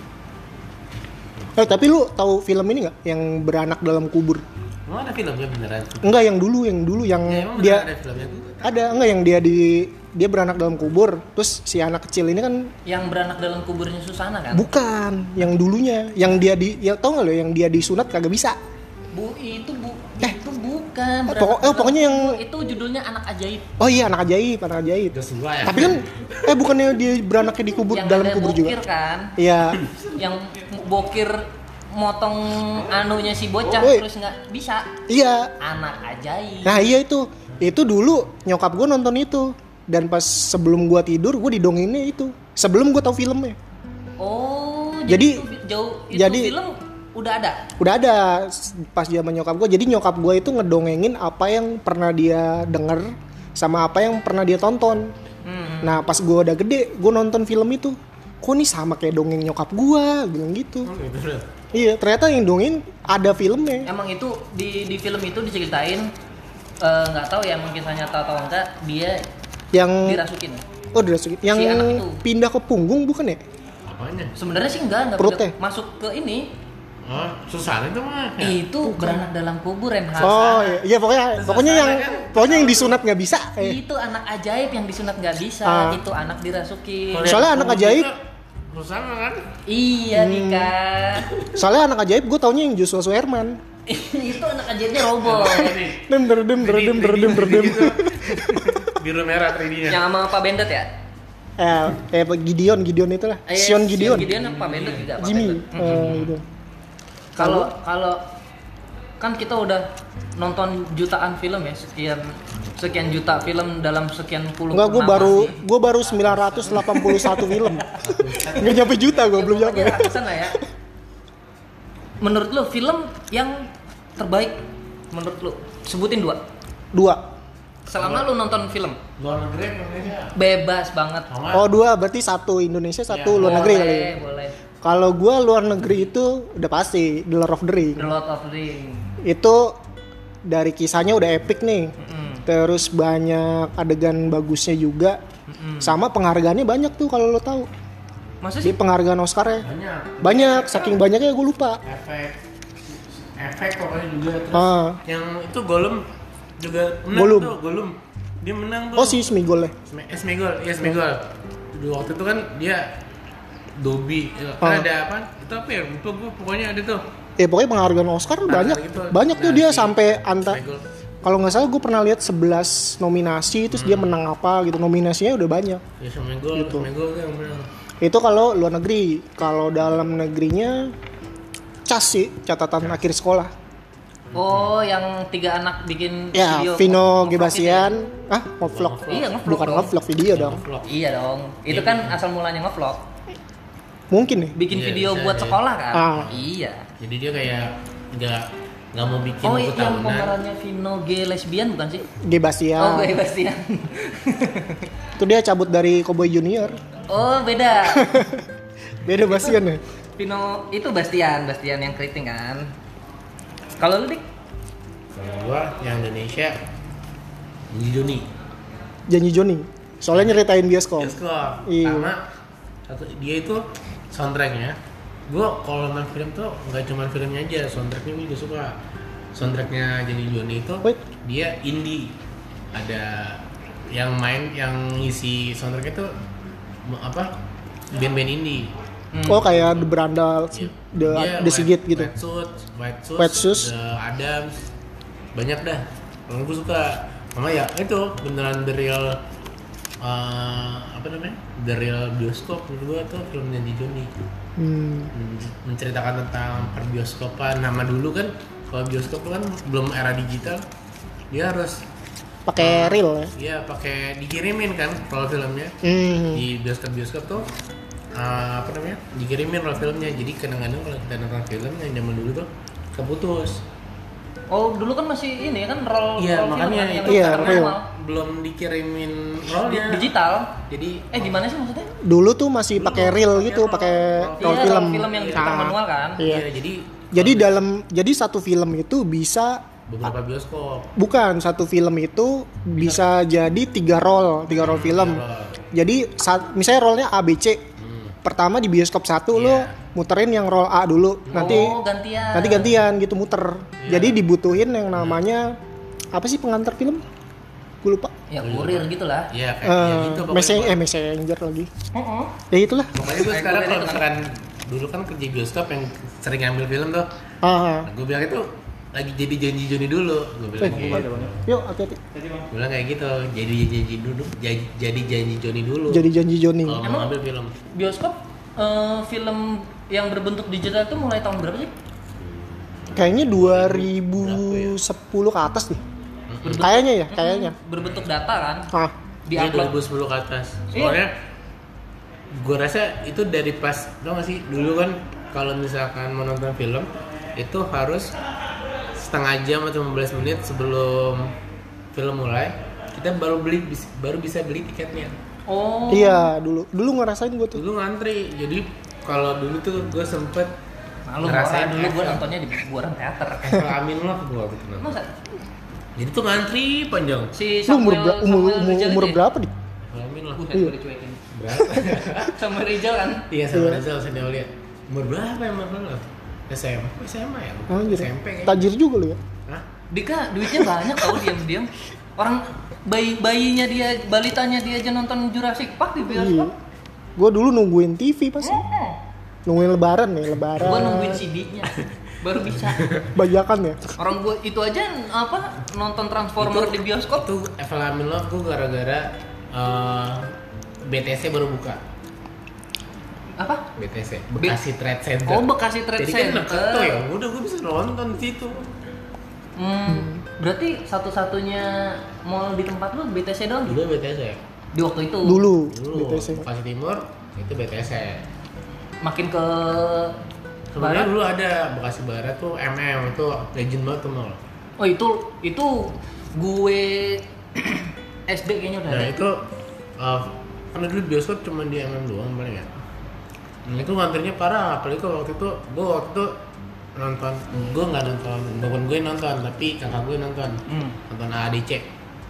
Eh, tapi lu tahu film ini nggak yang beranak dalam kubur? Emang ada filmnya beneran? Enggak, yang dulu, yang dulu yang Ya, emang dia beneran ada filmnya tuh? ada enggak yang dia di dia beranak dalam kubur. Terus si anak kecil ini kan Yang beranak dalam kuburnya Susana kan? bukan yang dulunya, yang dia di ya tau nggak lo yang dia disunat kagak bisa. Bu itu bu Eh. itu bukan. Eh, beranak pokok- eh, dalam pokoknya yang- kubur. Itu judulnya Anak Ajaib. Oh iya, anak ajaib, anak ajaib. Joshua ya? Tapi kan eh bukannya dia beranaknya di kubur, Yang dalam ada kubur bokir juga. kan? Iya. Yang bokir motong anunya si bocah Woi. terus nggak bisa. Iya. Anak Ajaib. Nah, iya itu. Itu dulu nyokap gue nonton itu. Dan pas sebelum gua tidur, gue didonginnya itu. Sebelum gue tahu filmnya. Oh, Jadi- jadi, itu fi- jauh itu jadi- film udah ada. Udah ada s- pas zaman nyokap gue. Jadi nyokap gue itu ngedongengin apa yang pernah dia denger sama apa yang pernah dia tonton. Hmm. Nah, pas gue udah gede, gue nonton film itu. Kok nih sama kayak dongeng nyokap gue, bilang gitu. Oh, gitu loh. Iya, ternyata yang dongeng ada filmnya. Emang itu di di film itu diceritain eh, nggak tahu ya mungkin kisah nyata atau enggak dia Yang dirasukin. oh, dirasukin. Yang Si anak itu. pindah ke punggung bukan ya? Apanya? Sebenarnya sih enggak enggak Perutnya? pindah- masuk ke ini. Oh, Susana itu mah. Ya? Itu beranak dalam kubur Renhard. Oh, iya, iya pokoknya pokoknya yang pokoknya yang disunat nggak bisa. Eh. Itu anak ajaib yang disunat nggak bisa, Ah. itu anak dirasukin. Kalau Soalnya yang anak kubur ajaib. juga Susana kan? Iya Dika. Soalnya anak ajaib gue taunya yang Joshua Suherman. Itu anak ajaibnya robot. Dem der dem der dem der dem der dem. Biru merah tiga D-nya. Yang sama Pak Bendet ya? Eh, eh Gideon, Gideon itulah. Eh, Sion Gideon. Gideon apa Pak Bendet juga Pak Jimmy. Bendet. Eh, gitu. Kalau kalau kan kita udah nonton jutaan film ya, sekian sekian juta film dalam sekian puluh Enggak, gue purnama baru sih. gue baru sembilan ratus delapan puluh satu film. Enggak nyampe juta gue, belum nyampe. Pokoknya ratusan lah ya. Menurut lu film yang terbaik menurut lu sebutin dua. Dua. Selama lu nonton film Luar negeri apa Indonesia? bebas banget. Sama. Oh, dua berarti satu Indonesia, satu Ya, luar negeri kali. Boleh, ya. boleh. Kalau gue luar negeri itu udah pasti The Lord of the Ring. The Lord of the Ring. Itu dari kisahnya udah epic nih. Mm-mm. Terus banyak adegan bagusnya juga. Mm-mm. Sama penghargaannya banyak tuh kalau lo tahu. Masa Di sih? penghargaan Oscar ya. Banyak. Banyak, saking banyaknya gue lupa. Efek. Efek pokoknya juga. Terus Ah. yang itu Gollum juga menang Gollum. tuh. Gollum. Dia menang tuh. Oh si Smigol ya. Sme- eh, Smigol, ya Smigol. Dulu waktu itu kan dia Dobby, ya, kan Ah. ada apa? Itu apa ya? Lupa gue, pokoknya ada tuh. Ya pokoknya penghargaan Oscar Nah, banyak. gitu. Banyak tuh Nah, dia si sampai anta. Smigol. Kalau nggak salah gue pernah lihat sebelas nominasi terus dia menang apa gitu. Nominasinya udah banyak. Ya Smigol, Gitu. Smigol tuh yang menang. Itu kalau luar negeri. Kalau dalam negerinya cas sih catatan akhir sekolah. Oh, yang tiga anak bikin Ya, video Vino nge-vlog Gebasian. itu Ah, ngevlog. ya? Iya, nge-vlog Bukan dong. ngevlog video dong. Vlog. Iya dong. Itu kan asal mulanya nge-vlog. Mungkin nih. Bikin Iya, video bisa buat aja. sekolah kan? Ah. Iya. Jadi dia kayak nggak nggak mau bikin Oh, buku yang tahunan. pemerannya Vino gay lesbian bukan sih? Gebasian. Oh, gay Bastian. Itu dia cabut dari Cowboy Junior. Oh, beda. Beda Bastian ya. Vino itu Bastian, Bastian yang keriting kan. Kalau lu Dik, Kalau gua yang Indonesia Janji Joni. Janji Joni. Soalnya nyeritain bioskop. Bioskop. Iya. Karena satu dia itu soundtracknya. Gua kalau nonton film tuh nggak cuma filmnya aja, soundtracknya gua juga suka. Soundtracknya Janji Joni itu Wait. dia indie. Ada yang main yang ngisi soundtracknya tuh apa? Band-band indie. Hmm. Oh kayak The Brandal, Iya. The, Dia The Sigit White- gitu. White Shoes, White Shoes, White Shoes. The Adams, banyak dah. Kalau gue suka, sama ya itu beneran the real uh, apa namanya, the real bioskop menurut gue tuh film Janji Joni. Hmm. Hmm, menceritakan tentang perbioskopan. Nama dulu kan kalau bioskop kan belum era digital, dia harus Pakai reel ya. ya pakai dikirimin kan kalau filmnya Hmm. di bioskop-bioskop tuh uh, apa namanya dikirimin roll filmnya, jadi kadang-kadang kalau kita nonton film yang zaman dulu tuh keputus. Oh, dulu kan masih ini kan roll Iya, roll film makanya kan, yang itu Iya, terkenal. real. belum dikirimin Di- rollnya digital. jadi Eh gimana sih maksudnya? Dulu tuh masih pakai reel gitu, pakai roll Iya, film. roll film yang diputar Nah, manual kan. Iya. iya, jadi Jadi dalam jadi satu film itu bisa beberapa bioskop bukan satu film itu bisa jadi tiga roll, tiga roll film. roll. Jadi saat misalnya rollnya A B C. Hmm. Pertama di bioskop satu Iya. lo muterin yang roll A dulu. Nanti Oh, gantian. nanti gantian gitu muter. Iya. Jadi dibutuhin yang namanya apa sih pengantar film? Gue lupa. Ya kurir gitu lah. Iya kayak ya Eh, gitu Messenger, pokoknya. eh Messenger lagi. Heeh. Ya itulah. Pokoknya gue sekarang kalau misalkan dulu kan kerja bioskop yang sering ngambil film tuh, Ah. nah, gue bilang itu lagi jadi Janji Joni dulu, gue bilang Eh, gitu. Yuk hati-hati. Gue bilang kayak gitu, jadi janji dulu, jadi, jadi Janji Joni dulu. Jadi janji Joni. Kalau mau Emang- ngambil film, Bioskop eh, film yang berbentuk digital itu mulai tahun berapa sih? Kayaknya dua ribu sepuluh ke atas nih. Kayaknya ya, kayaknya. Berbentuk data kan? Ah. Di dia dua upload. ribu sepuluh ke atas. Iya. Soalnya gue rasa itu dari pas, tau gak sih dulu kan kalau misalkan mau nonton film itu harus setengah jam atau lima belas menit sebelum film mulai kita baru beli bis- baru bisa beli tiketnya. Oh. Iya, dulu dulu ngerasain gue tuh. Dulu ngantri, jadi kalau dulu tuh gue sempet Malu ngerasain dulu gue F L. nontonnya di buaran teater. F L Amin lah gue waktu itu nonton. Masa Jadi tuh ngantri panjang. si Lu umur Samuel, ber- umur Samuel umur, Rizal umur itu ya? berapa nih? F L Amin lah. Buset, Iya. gue dicuekin. Berapa? Samuel Rizal kan? Iya sama Iya. Rizal Sandolia. Umur berapa emang lu? S M P, S M A ya? Anjir. S M P kayaknya. Tajir juga lu ya. Hah? Dika duitnya banyak tau diam-diam. Orang bayi bayinya dia, balitanya dia aja nonton Jurassic Park di Iya. bioskop. Gue dulu nungguin T V pasti. Nungguin lebaran nih, lebaran. Gue nungguin C D-nya baru bisa. Bajakan ya. Orang gue itu aja apa nonton Transformer Itu- di bioskop. Itu F L Amin Love gue gara-gara eh, B T C baru buka. Apa? B T C, Bekasi Trade Center. Oh, Bekasi Trade Jadi Center. kan deket tuh ya, udah gue bisa nonton di situ. Hmm, berarti satu-satunya mall di tempat lu B T C doang gitu? Dulu B T C. Di waktu itu. Dulu Dulu B T C. Bekasi Timur itu B T C. Makin ke Sebenarnya barat. dulu ada Bekasi Barat tuh M M itu legend banget tuh mall. Oh, itu itu gue S D kayaknya udah Nah ada. itu uh, karena dulu bioskop cuma di M M doang paling ya. Nah itu ngantrinya parah, apalagi kalau waktu itu gue waktu itu nonton, gue nggak nonton, bukan gue nonton tapi kakak gue nonton, Hmm. nonton A A D C.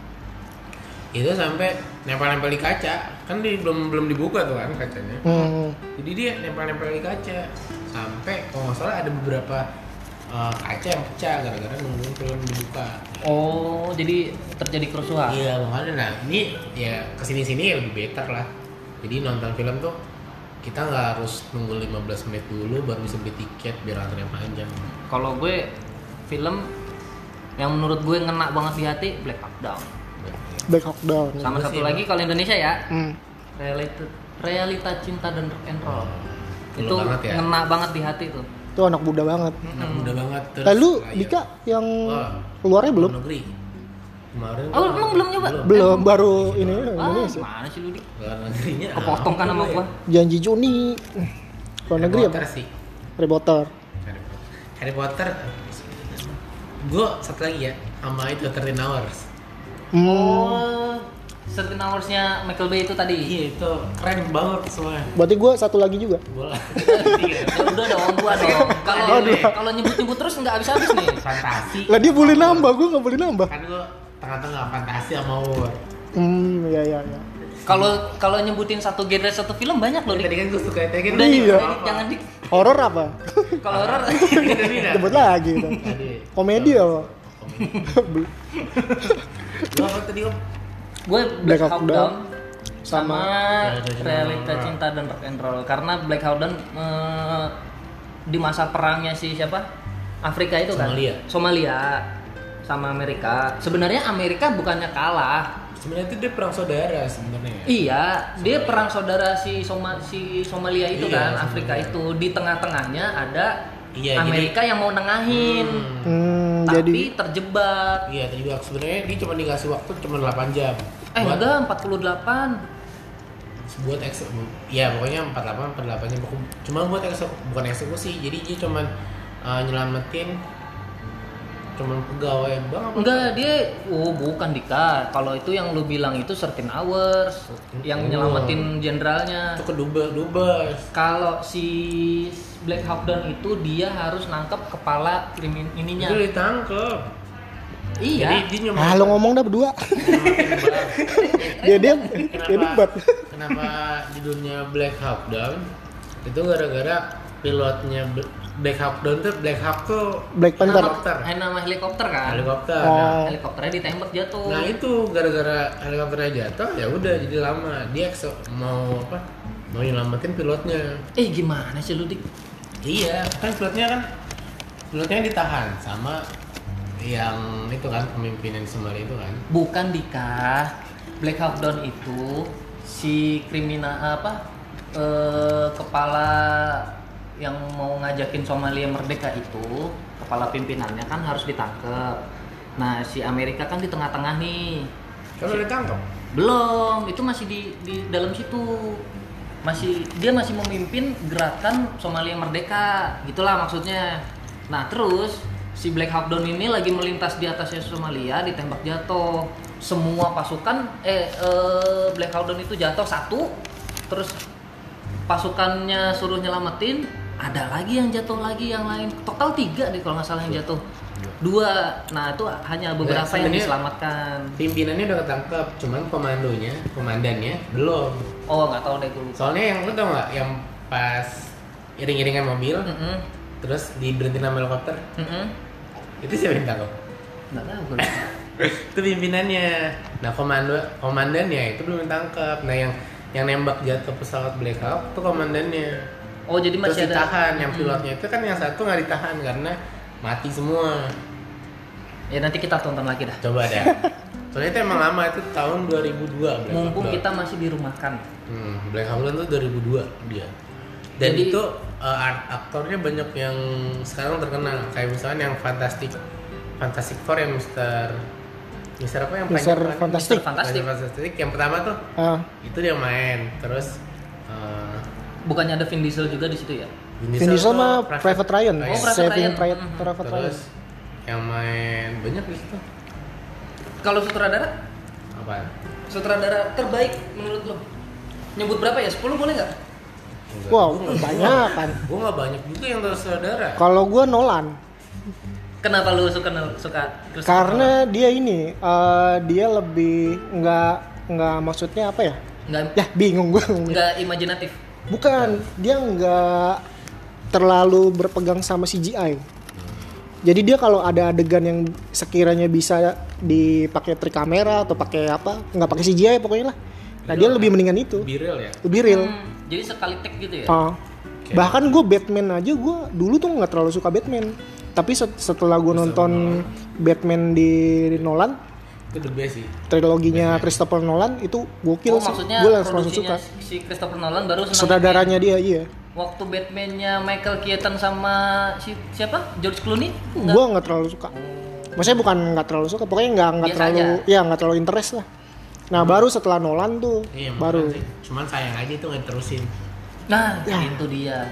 Itu sampai nempel-nempel di kaca, kan di, belum belum dibuka tuh kan kacanya. Hmm. Jadi dia nempel-nempel di kaca, sampai kalau nggak salah ada beberapa uh, kaca yang pecah gara-gara nungguin film dibuka. Oh, jadi terjadi kerusuhan. Iya makanya, nah ini ya kesini-sini ya lebih better lah. Jadi nonton film tuh kita nggak harus nunggu lima belas menit dulu baru bisa beli tiket biar antrian panjang. Kalau gue film yang menurut gue ngena banget di hati Black Hawk Down. Back Hawk Down. Sama Gue satu sih, lagi kalau Indonesia ya, Hmm. realita, realita cinta dan rock and roll. Gila Itu banget ya. ngena banget di hati tuh. Itu anak muda banget. Anak muda banget. Terus Lalu layar. Dika yang Wah, keluarnya belum? luar negeri. Kemarin Oh, emang belum nyoba? Belum, Eh, baru ini Wah, Indonesia. mana sih lu, Dik? luar negerinya. Kepotong kan sama apa gua. Janji Joni. Luar negeri Harry Potter apa? sih. Harry Potter. Harry Potter. Harry Potter. Gue satu lagi ya sama itu thirteen hours. Hmm. Oh, thirteen Hours-nya Michael Bay itu tadi. Iya itu keren banget semuanya. Berarti gue satu lagi juga. Bola. Ya udah dong, dua dong. Kalau kalau nyebut-nyebut terus nggak habis-habis nih. Fantasi. Lah dia boleh nambah, gue nggak boleh nambah. Kan gua tengah-tengah fantasi sama war. Hmm, iya iya iya. Kalau kalau nyebutin satu genre satu film banyak loh. Tadi kan gua suka itu kan. Udah nih, Iya. udah nih, jangan di. Horor apa? Kalau horor Sebut lagi itu. Tadi. Komedi apa? Lu apa tadi om? gue Black Hawk Hawk Down sama sama Realita Realita Cinta. Cinta dan Rock and Roll karena Black Hawk Down eh, di masa perangnya si siapa Afrika itu kan Somalia. Somalia sama Amerika. Sebenarnya Amerika bukannya kalah. Sebenarnya itu dia perang saudara sebenarnya. Iya, dia perang saudara si Soma, si Somalia itu Iya, kan, Somalia. Afrika itu di tengah-tengahnya ada Iya, Amerika yang mau nengahin, Hmm. Hmm, tapi jadi terjebak. Iya, terjebak. Sebenarnya dia cuma dikasih waktu cuma delapan jam. Eh Buat- enggak, empat puluh delapan. buat eksekusi. Ya, pokoknya empat puluh delapan empat puluh delapan jam. Cuma buat eksekusi, bukan eksekusi. Jadi dia cuma uh, nyelamatin cuma pegawai bang apa? Enggak, dia oh bukan Dika. Kalau itu yang lu bilang itu thirteen Hours yang Oh. nyelamatin jenderalnya. Itu ke dubes, dubes. Kalau si Black Hawk Down itu dia harus nangkep kepala krimin ininya. Itu ditangkep. Iya. Jadi dia cuma ah lo ngomong dah berdua. nyelamatin bang. dia dia dia debat. Kenapa judulnya Black Hawk Down? Itu gara-gara pilotnya Bl- Black Hawk Down tuh Black Hawk tuh Black Panther. helikopter. Eh, nama helikopter kan? Helikopter. Oh. Nah, Helikopternya ditembak jatuh. Nah itu gara-gara helikopternya jatuh ya udah jadi lama dia ekso- mau apa mau nyelamatin pilotnya. Eh gimana sih lu Dik? Iya kan pilotnya kan pilotnya ditahan sama yang itu kan pemimpinan Somalia itu kan. Bukan Dika. Black Hawk Down itu si kriminal apa eh, kepala yang mau ngajakin Somalia merdeka itu kepala pimpinannya kan harus ditangkap. Nah si Amerika kan di tengah-tengah nih. Kalau ditangkap Belum, itu masih di di dalam situ. Masih dia masih memimpin gerakan Somalia merdeka, gitulah maksudnya. Nah, terus si Black Hawk Down ini lagi melintas di atasnya Somalia, ditembak jatuh. Semua pasukan eh, eh Black Hawk Down itu jatuh satu, terus pasukannya suruh nyelamatin, ada lagi yang jatuh lagi yang lain. Total tiga deh kalau nggak salah yang jatuh. Dua. Nah, itu hanya beberapa yang sebenarnya- diselamatkan. pimpinannya udah ketangkep cuman komandonya komandannya belum. Oh, nggak tahu deh gue lupa. Soalnya yang lu tau nggak yang pas iring-iringan mobil Mm-mm. terus diberhentiin sama helikopter Mm-mm. itu siapa yang tangkap? Nggak tahu gue lupa. Itu pimpinannya. Nah komando komandannya itu belum ditangkap. Nah yang yang nembak jatuh pesawat Black Hawk itu komandannya. Oh, jadi Terus masih ada ditahan. Yang Mm-mm. pilotnya itu kan yang satu nggak ditahan karena mati semua. Ya nanti kita tonton lagi dah. Coba dah. Soalnya itu emang lama, itu tahun dua ribu dua Black Mumpung Hawk Down. kita masih dirumahkan. Hmm, Black Hawk Down tuh dua ribu dua dia. Dan Jadi- itu uh, art- aktornya banyak yang sekarang terkenal. Kayak misalnya yang Fantastic Fantastic Four yang Mister Mister apa yang Mister panjang- Fantastic. Mister Fantastic. Mister Fantastic. Yang pertama tuh Ah, itu dia main. Terus uh, Bukannya ada Vin Diesel juga di situ ya? Vin Diesel tuh sama Private Ryan, Oh, Private Saving Ryan. Private, Mhm. Private Ryan. Terus yang main banyak di situ. Kalau sutradara, Apa? sutradara terbaik menurut lo? Nyebut berapa ya? sepuluh boleh nggak? Enggak. Wow, Gua nggak- banyak kan. Gua nggak banyak juga yang tahu saudara. Kalau gue Nolan, Kenapa lu suka suka Christopher karena dia ini eh, dia lebih nggak nggak maksudnya apa ya? Nolan? nggak Ya bingung gue. nggak imajinatif? Bukan, dia nggak terlalu berpegang sama C G I. Jadi dia kalau ada adegan yang sekiranya bisa dipakai trik kamera atau pakai apa, nggak pakai C G I pokoknya lah. Nah dia lebih mendingan itu, Be real ya. lebih real. Hmm, jadi sekali take gitu ya? Ah. Bahkan gue Batman aja gue dulu tuh nggak terlalu suka Batman. Tapi set- setelah gue nonton Batman di Nolan, Itu the best sih. triloginya Christopher Nolan itu gokil Oh, sih. maksudnya Gue langsung produksinya suka. si Christopher Nolan baru senang Sutradaranya dia, iya. waktu Batman-nya Michael Keaton sama si siapa? George Clooney? Nggak? Gue nggak terlalu suka. Maksudnya bukan nggak terlalu suka, pokoknya nggak nggak Biasa terlalu, aja. ya nggak terlalu interest lah. Nah baru setelah Nolan tuh, Iya, baru. makanya sih. Cuman sayang aja itu nggak diterusin. Nah, Ya. itu dia.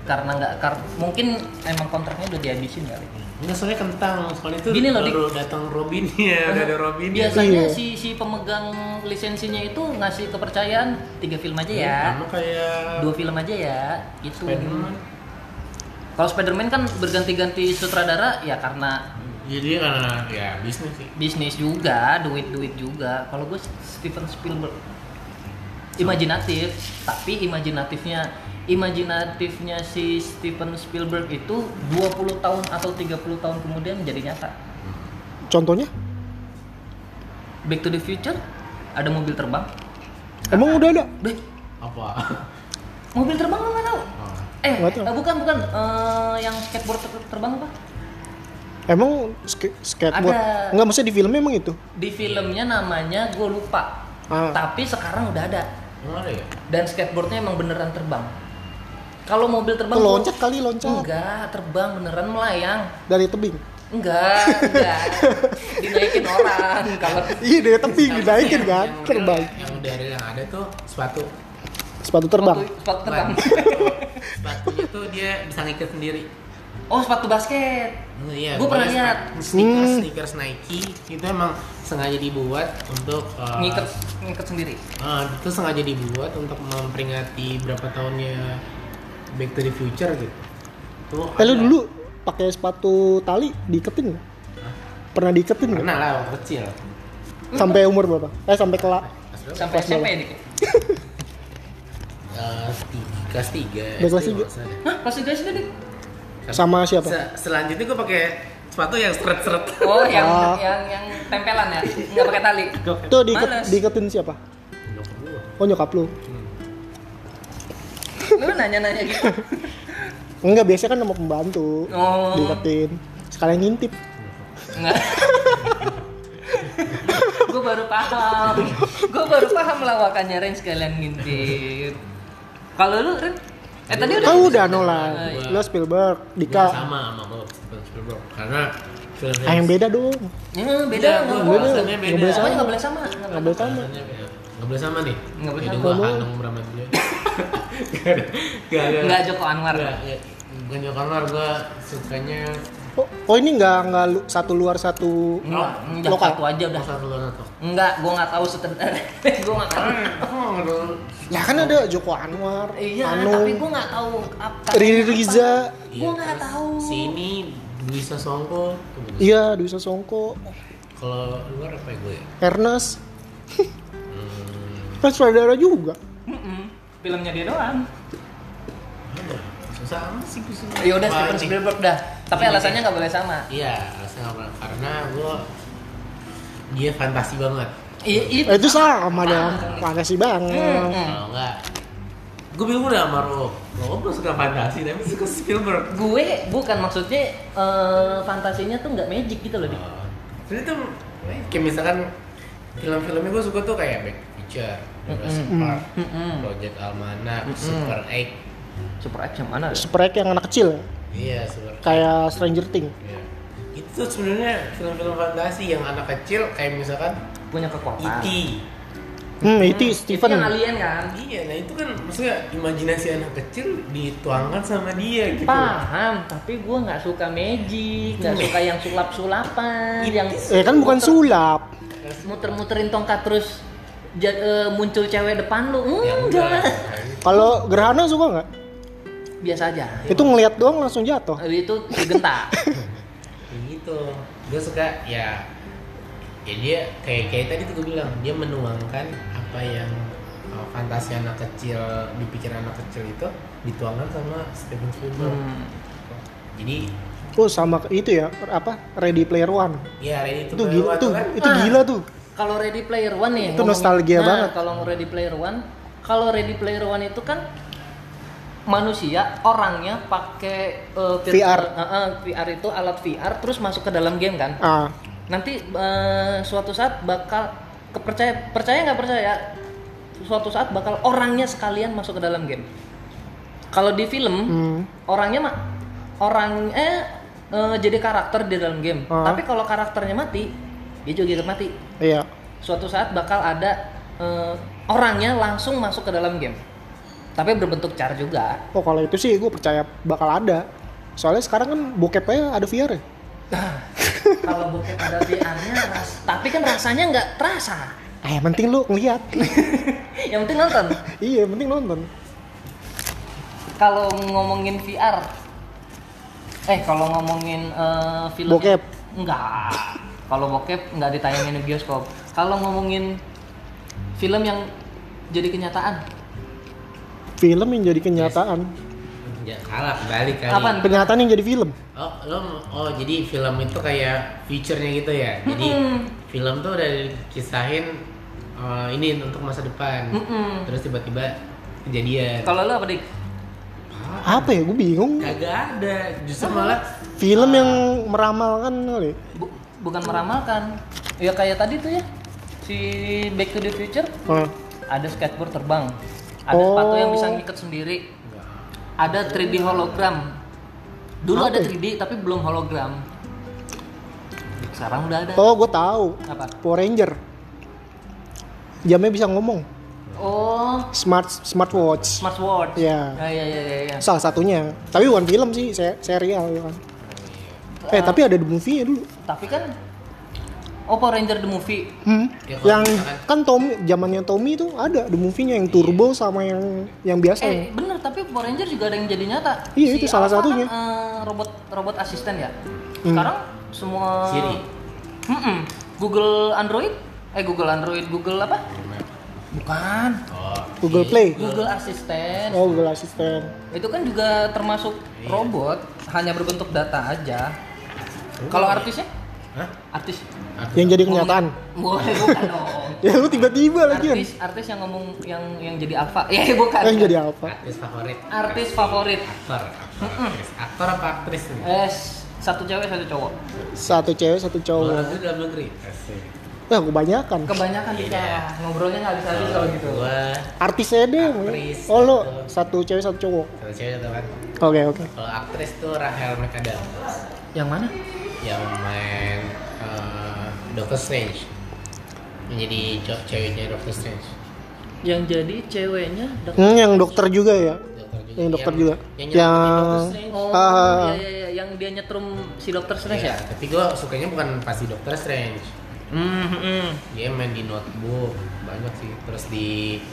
karena nggak kar- mungkin emang kontraknya udah dihabisin kali. Enggak, soalnya kentang. Soalnya itu Gini loh, baru datang Robinnya, udah ada Robin. Biasanya Iya. si si pemegang lisensinya itu ngasih kepercayaan tiga film aja ya, Sama kayak dua film aja ya, gitu. Spider-Man. Kalau Spider-Man kan berganti-ganti sutradara ya karena Jadi karena ya bisnis sih. bisnis juga, duit-duit juga. Kalau gue Steven Spielberg imajinatif, tapi imajinatifnya imajinatifnya si Steven Spielberg itu dua puluh tahun atau tiga puluh tahun kemudian jadi nyata. Contohnya? Back to the Future ada mobil terbang. Emang udah ada? Deh, Apa? mobil terbang lo nggak tahu? Oh. Eh, Nggak tahu. eh, bukan bukan Eh, yang skateboard ter- terbang apa? Emang sk- skateboard? Ada. Enggak, maksudnya di filmnya emang itu? Di filmnya namanya gue lupa. Ah. Tapi sekarang udah ada. Emang ada ya? Dan skateboardnya emang beneran terbang. Kalau mobil terbang Tuh, gua- loncat kali, loncat. Enggak, terbang beneran melayang. Dari tebing? Enggak, enggak. Dinaikin orang. Kalau Iya, dari tebing, dinaikin Yang- kan, yang terbang. real- Yang dari yang ada tuh sepatu. Sepatu terbang. sepatu, sepatu terbang. Sepatunya tuh dia bisa ngikat sendiri. Oh, sepatu basket. Oh, iya, Gua pernah pokoknya lihat. sepatu- Sneakers, Hmm. sneakers Nike itu emang sengaja dibuat untuk uh, Ngiket ngiket sendiri. uh, itu sengaja dibuat untuk memperingati berapa tahunnya Back to the Future gitu. Tuh Eh, lu ada. dulu pakai sepatu tali diiketin nggak? Pernah diiketin nggak? Pernah lah waktu kecil. Sampai umur berapa? Eh, sampai kelak. Sampai S M P nih. Uh, tiga, kelas tiga. Udah kelas S D tiga? maksudnya. Hah, pasti guys tadi. Sama siapa? Se- selanjutnya gue pakai sepatu yang seret-seret. Oh, yang Ah. yang yang tempelan ya, nggak pakai tali. Tuh diiket, Males. diiketin siapa? Nyokap gua. Oh, nyokap lu. Lu nanya-nanya gitu. Enggak, biasanya kan sama pembantu. Oh. Diiketin. Sekalian ngintip. Enggak. Gue baru paham. Gue baru paham lawakannya Ren sekalian ngintip. Kalau lu Ren? Eh tadi udah. Kan udah Nolan. Ah, iya. Lu Spielberg, Gua Dika. sama sama gue Spielberg karena film Ah, yang beda dong. Ya, beda. Iya, nggak gua boleh. alasannya beda. Nggak boleh sama. Pokoknya nggak boleh sama. Nggak boleh sama. Alasannya beda. Nggak boleh sama nih. Nggak boleh Jadi sama. gua Nggak Hanung Bramantio dulu. Gak ada. Gak ada. Nggak Joko Anwar. Nggak, ya. Bukan Joko Anwar, gue sukanya Oh, oh ini nggak nggak lu- satu luar satu Enggak, enggak lokal. satu aja udah. Oh, satu luar satu. Enggak, gue nggak tahu setelah. Gue nggak tahu. Oh, aduh. Ya kan ada Joko Anwar, Iya, Hanung, tapi gue nggak tahu apa. Riri Riza. Gue nggak terus tahu. Si ini Dwi Sasongko. Iya, Dwi Sasongko, Kalau luar apa ya gue ya? Ernest. Hmm, Kan sutradara juga. Mm-mm. Filmnya dia doang. ada. Susah amat sih gue sih. Ya udah Wah, Steven ini. Spielberg dah. Tapi Ini alasannya kayak- nggak boleh sama. Iya, alasannya nggak pernah. Karena gue dia fantasi banget. Iya, Eh, itu sama dong, fantasi banget. Hmm. Kalau enggak, gue bingung udah sama Ro. Ro gue suka fantasi tapi suka Spielberg. Gue bukan maksudnya eh, fantasinya tuh nggak magic gitu loh, Dik. Oh. Jadi tuh kayak misalkan film-filmnya gue suka tuh kayak Back to the Future, Jurassic Mm-mm. Park, Mm-mm. Project Almanac, Mm-mm. Super Egg. Super X yang mana? Super Egg yang anak kecil, Iya, Super Egg. kayak Stranger Things. Iya. Itu tuh sebenarnya film-film fantasi yang anak kecil kayak misalkan Punya kekuatan. E T. Hmm, itu Itu Steven. yang alien kan? Iya, nah itu kan maksudnya imajinasi anak kecil dituangkan sama dia gitu. Paham, tapi gue nggak suka magic, nggak suka yang sulap-sulapan, Itu yang Eh kan bukan muter- sulap. muter-muterin tongkat terus ja- eh, muncul cewek depan lu. Ya Enggak. enggak. Kalau Gerhana suka nggak? Biasa aja. Itu ngelihat doang langsung jatuh. Eh, Itu digentak. Kayak gitu. Gue suka ya ya dia kayak kayak tadi tuh gue bilang dia menuangkan apa yang uh, fantasi anak kecil di pikiran anak kecil itu dituangkan sama Steven Spielberg. Hmm. Jadi Oh sama itu ya, apa Ready Player One. ya Ready to Itu Player gila One tuh, kan itu Ah. gila tuh. Kalau Ready Player One nih, Itu ngomongin- nostalgia nah, banget. Kalau Ready Player One, kalau Ready Player One itu kan manusia, orangnya pakai eh, V R. eh, eh, V R itu alat V R terus masuk ke dalam game kan. Ah, Nanti eh, suatu saat bakal kepercaya percaya nggak percaya, suatu saat bakal orangnya sekalian masuk ke dalam game. Kalau di film hmm. orangnya mah orang eh eh, jadi karakter di dalam game. Ah. Tapi kalau karakternya mati, dia juga ikut mati. Iya. Suatu saat bakal ada eh, orangnya langsung masuk ke dalam game. Tapi berbentuk car juga. Oh kalau itu sih gue percaya bakal ada. Soalnya sekarang kan bokepnya ada V R ya. Kalau bokep ada V R-nya, ras- tapi kan rasanya nggak terasa. Ah yang penting lu ngeliat. Yang penting nonton. Iya yang penting nonton. Kalau ngomongin V R, eh kalau ngomongin eh, film Bokep. enggak. Kalau bokep nggak ditayangin di bioskop. Kalau ngomongin film yang jadi kenyataan, Film yang jadi kenyataan. Ya kalah kembali kali. Apaan? Kenyataan yang jadi film. Oh, lo oh jadi film itu kayak future-nya gitu ya. Jadi Mm-mm. film tuh udah dikisahin eh, ini untuk masa depan. Mm-mm. Terus tiba-tiba kejadian. kalau lo apa dik? Apa ya? Gue bingung. Kagak ada. Justru malah Film yang meramalkan kali. Bu- bukan meramalkan. Ya kayak tadi tuh ya, si Back to the Future Ah. ada skateboard terbang, ada Oh. sepatu yang bisa ngikat sendiri, ada tiga D hologram. Dulu Apa ada ya? tiga D tapi belum hologram. Sekarang udah ada. Oh gue tahu. Apa? Power Ranger. Jamnya bisa ngomong. Oh, Smart smartwatch. smartwatch. Ya. Ya, ya, ya, ya, ya. Salah satunya. Tapi bukan film sih, se- serial ya kan. Eh tapi ada the movie-nya dulu. Tapi kan Oh, Power Ranger the movie. Hmm. Ya, kalau Yang misalkan- kan Tommy, zamannya Tommy itu ada the movie-nya yang turbo sama yang yang biasa. Eh, bener, tapi Power Ranger juga ada yang jadi nyata. Iya, itu salah Alpha satunya. Kan, eh, robot robot asisten ya. Hmm. Sekarang semua Siri. Mm-mm. Google Android, eh Google Android, Google apa? Bukan. Oh, Google iya. Play. Google Assistant. Oh, Google Assistant. Itu kan juga termasuk Iya. robot, hanya berbentuk data aja. Kalau artisnya? Hah? Artis. Yang jadi kenyataan. Bukan, bukan dong. Ya lu tiba-tiba lagi kan. Artis, artis yang ngomong yang yang jadi alpha. Ya, bukan. Yang jadi apa? Artis favorit. Artis favorit. Aktor. Aktor, aktris. Aktor apa aktris nih? Eh, satu cewek, satu cowok. Satu cewek, satu Oh, cowok. itu dalam negeri. Asik. Ya kebanyakan. Kebanyakan Iya. kita ngobrolnya nggak bisa habis kalau gitu. Gua Artisnya deh. Aktris, Oh lo satu. satu cewek, satu cowok. satu cewek satu kan. Oke oke. Kalau aktris tuh Rachel McAdams Yang mana? yang main eh, Doctor Strange. Yang jadi co- ceweknya Doctor Strange. Yang jadi ceweknya dok- Hmm, yang dokter juga ya. Dokter juga. Yang dokter juga. Yang, Yang- yang Doctor Strange. Oh, Ah. iya, iya, iya, yang dia nyetrum si Dokter Strange ya? Ya, tapi gue sukanya bukan pasti Doctor Strange. Hmm, hmm, hmm. Dia main di Notebook banyak sih. Terus di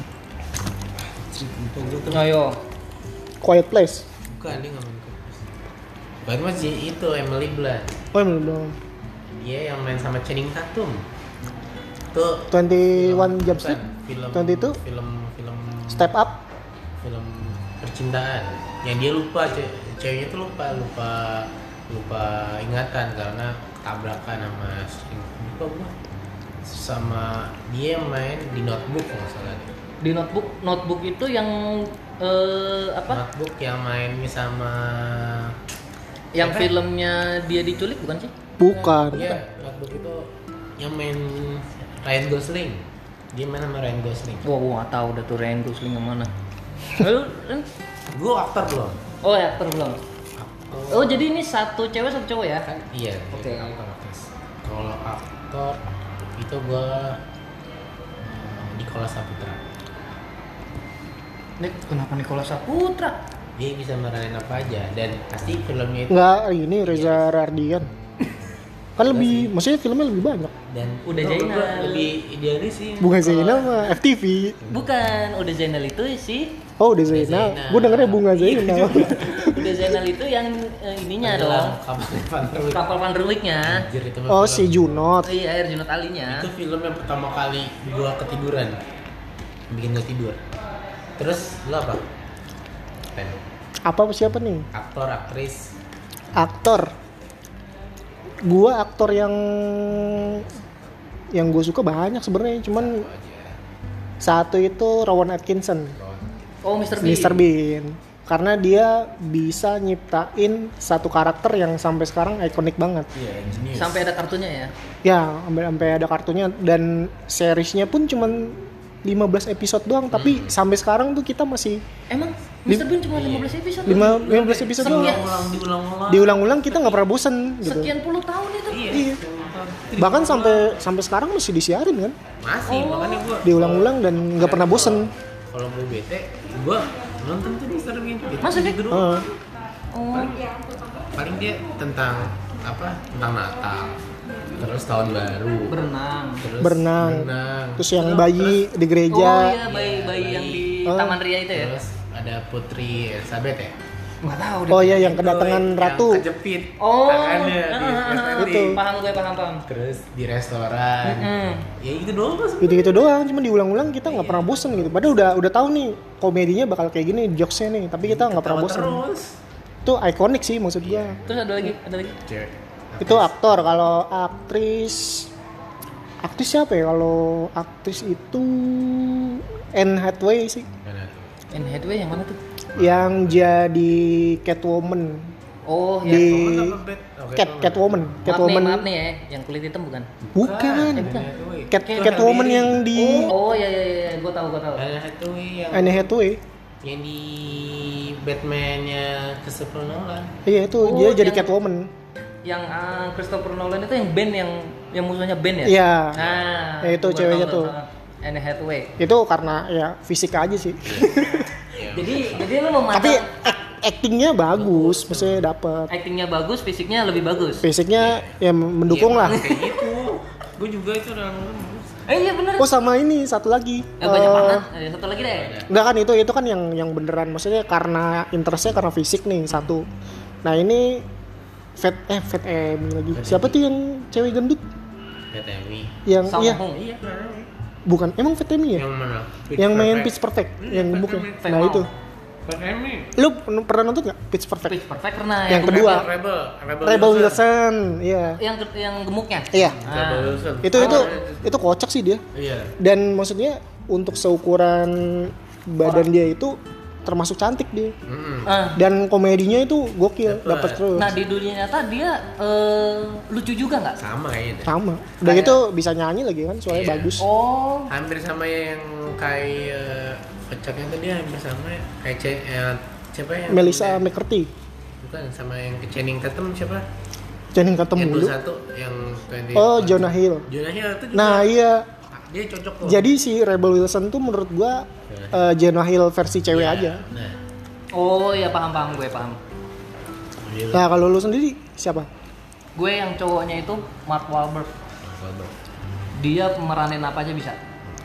Ayo. Quiet Place. bukan dia nggak main ke Bahkan masih itu Emily Blunt. Oh yang belum. Dia yang main sama Channing Tatum. Tuh twenty-one Jump Street. film twenty-two. film film Step Up. film percintaan yang dia lupa ce- ceweknya tuh lupa lupa lupa ingatan karena tabrakan sama lupa gua sama dia yang main di Notebook kalau nggak salah deh. Di notebook, notebook itu yang eh, apa? Notebook yang mainnya sama Yang siapa? filmnya dia diculik bukan sih? Bukan. Iya, Notebook itu yang main Ryan Gosling. Dia main sama Ryan Gosling. Wah, gua nggak tahu udah tuh Ryan Gosling yang mana. Lalu, Ren? Gua aktor belum. Oh ya, aktor belum. Aktor. Oh, jadi ini satu cewek satu cowok ya? Kan iya. Oke. Itu aktor aktris. Kalau aktor itu gua eh, Nicholas Saputra. Nek, kenapa Nicholas Saputra? Dia bisa meranin apa aja dan pasti filmnya itu Enggak ini Reza Rardian. Kan lebih, maksudnya filmnya lebih banyak. dan Udah itu Zainal. gua lebih idealis sih. Bunga Kalau- Zainal mah F T V. Bukan, udah Zainal itu sih. Oh udah Zainal. Zainal. Gue dengernya Bunga Zainal. Udah Zainal itu yang eh, ininya Tenggelam dong. kapal Van der Wijk. Kapal Van der Wijk-nya. Anjir, itu mah Oh film. si Junot. Iya, Air Junot Alinya. Itu film yang pertama kali gua ketiduran. Bikin gua tidur. Terus lo apa? Pen. Apa siapa nih? Aktor, aktris. Aktor. Gua aktor yang yang gue suka banyak sebenarnya, cuman Apa aja. satu itu Rowan Atkinson, Oh, mister Bean. mister Bean. Karena dia bisa nyiptain satu karakter yang sampai sekarang ikonik banget. Iya, genius. Sampai ada kartunya ya. Ya, sampai sampai ada kartunya dan seriesnya pun cuman lima belas episode doang, tapi sampai sekarang tuh kita masih Emang mister Bean cuma lima belas episode. lima lima belas episode doang. Sekian. Ulang diulang-ulang. Diulang-ulang kita nggak pernah bosen gitu. Sekian puluh tahun itu. Iya. Iya. Bahkan sampai sampai sekarang masih disiarin kan? Masih, makanya gua Diulang-ulang dan nggak pernah bosen. Kalau gue bete, gue nonton tuh Mister Bean. Masa sih? Gitu Heeh. Oh. paling, paling dia tentang apa? Tentang Natal. Terus tahun baru. Berenang. Terus Berenang. berenang. Terus yang bayi di gereja. Oh iya, bayi-bayi yang di Oh. Taman Ria itu ya? Terus ada Putri Elizabeth ya. Nggak tahu deh. Oh iya, yang Itu kedatangan yang ratu. kejepit Oh, tangannya ah, di ah, ah, resleting. Itu. paham gue, paham, paham. Terus di restoran. Mm-mm. Ya gitu doang mas. Gitu-gitu doang, cuma diulang-ulang kita nggak pernah bosen gitu. Padahal udah udah tahu nih komedinya bakal kayak gini, jokesnya nih, tapi kita nggak pernah Ketawa bosen. terus. Itu ikonik sih maksud gua. Terus ada lagi, ada lagi. Cewek. Itu aktor. Kalau aktris, aktris siapa ya? Kalau aktris itu Anne Hathaway sih, Mana tuh? Anne Hathaway yang mana tuh? yang jadi Catwoman Oh, di yang Apa, Bet? Oh, Cat Catwoman. Catwoman, maaf nih, Catwoman, maaf nih ya, yang kulit hitam bukan? bukan, Eh, bukan. Cat Catwoman yang di Oh, iya iya iya, gue tahu, gue tahu. Anne Hathaway yang Anne Hathaway. yang di Batman-nya Christopher Nolan. Iya itu Oh, dia jadi yang- Catwoman. Yang ah, Christopher Nolan itu yang Ben yang yang musuhnya Ben ya? Iya. Nah, Ya, itu gua ceweknya tahu, tuh. tahu. Anne Hathaway. Itu karena ya fisik aja sih. Ya, Jadi jadi lu memandang Tapi ak- actingnya bagus, maksudnya dapet. actingnya bagus, fisiknya lebih bagus. Fisiknya ya mendukung iya, lah. kayak gitu. Gue juga itu udah nonton. Eh iya benar. Oh sama ini satu lagi. Eh, banyak Eh, banget. Ada satu lagi deh. Enggak kan itu itu kan yang yang beneran, maksudnya karena interestnya karena fisik nih satu. Nah ini Fat eh Fat Amy lagi. Siapa tuh yang cewek gendut? Batman. Yang Sama iya Hong. Iya. bukan emang Fat Amy ya? Yang mana? Yang main Pitch Perfect, yang gemuk ya. Fat Nah Mom. itu. Batman. Lu pen- pernah nonton nggak Pitch Perfect? Pitch Perfect pernah. Yang kedua. Rebel. Rebel, Rebel Wilson, iya. Yang ke- yang gemuknya. Iya. Rebel Ah. Wilson. Itu itu itu kocak sih dia. Iya. Dan maksudnya untuk seukuran badan dia itu termasuk cantik dia. Mm-mm. Ah. Dan komedinya itu gokil, Dapet. dapat terus. Nah di dunia nyata dia eh, lucu juga nggak? Sama kayaknya. deh. Sama. Udah Kayak- gitu bisa nyanyi lagi kan, suaranya Iya. bagus. Oh, Hampir sama yang kayak kocaknya tuh dia hampir sama ya. Kayak ce- eh, siapa yang Melissa McCarthy. bukan sama yang ke Channing Tatum siapa? Channing Tatum Yang dulu. dua puluh satu yang dua puluh. Oh, Jonah Hill. Jonah Hill itu juga. Nah, iya. Dia cocok tuh. Jadi si Rebel Wilson tuh menurut gua eh, Jonah Hill versi cewek Iya. aja. Nah. oh ya paham paham gue paham. Gila. Nah, kalau lu sendiri siapa? Gue yang cowoknya itu Mark Wahlberg. Dia meranin apa aja bisa.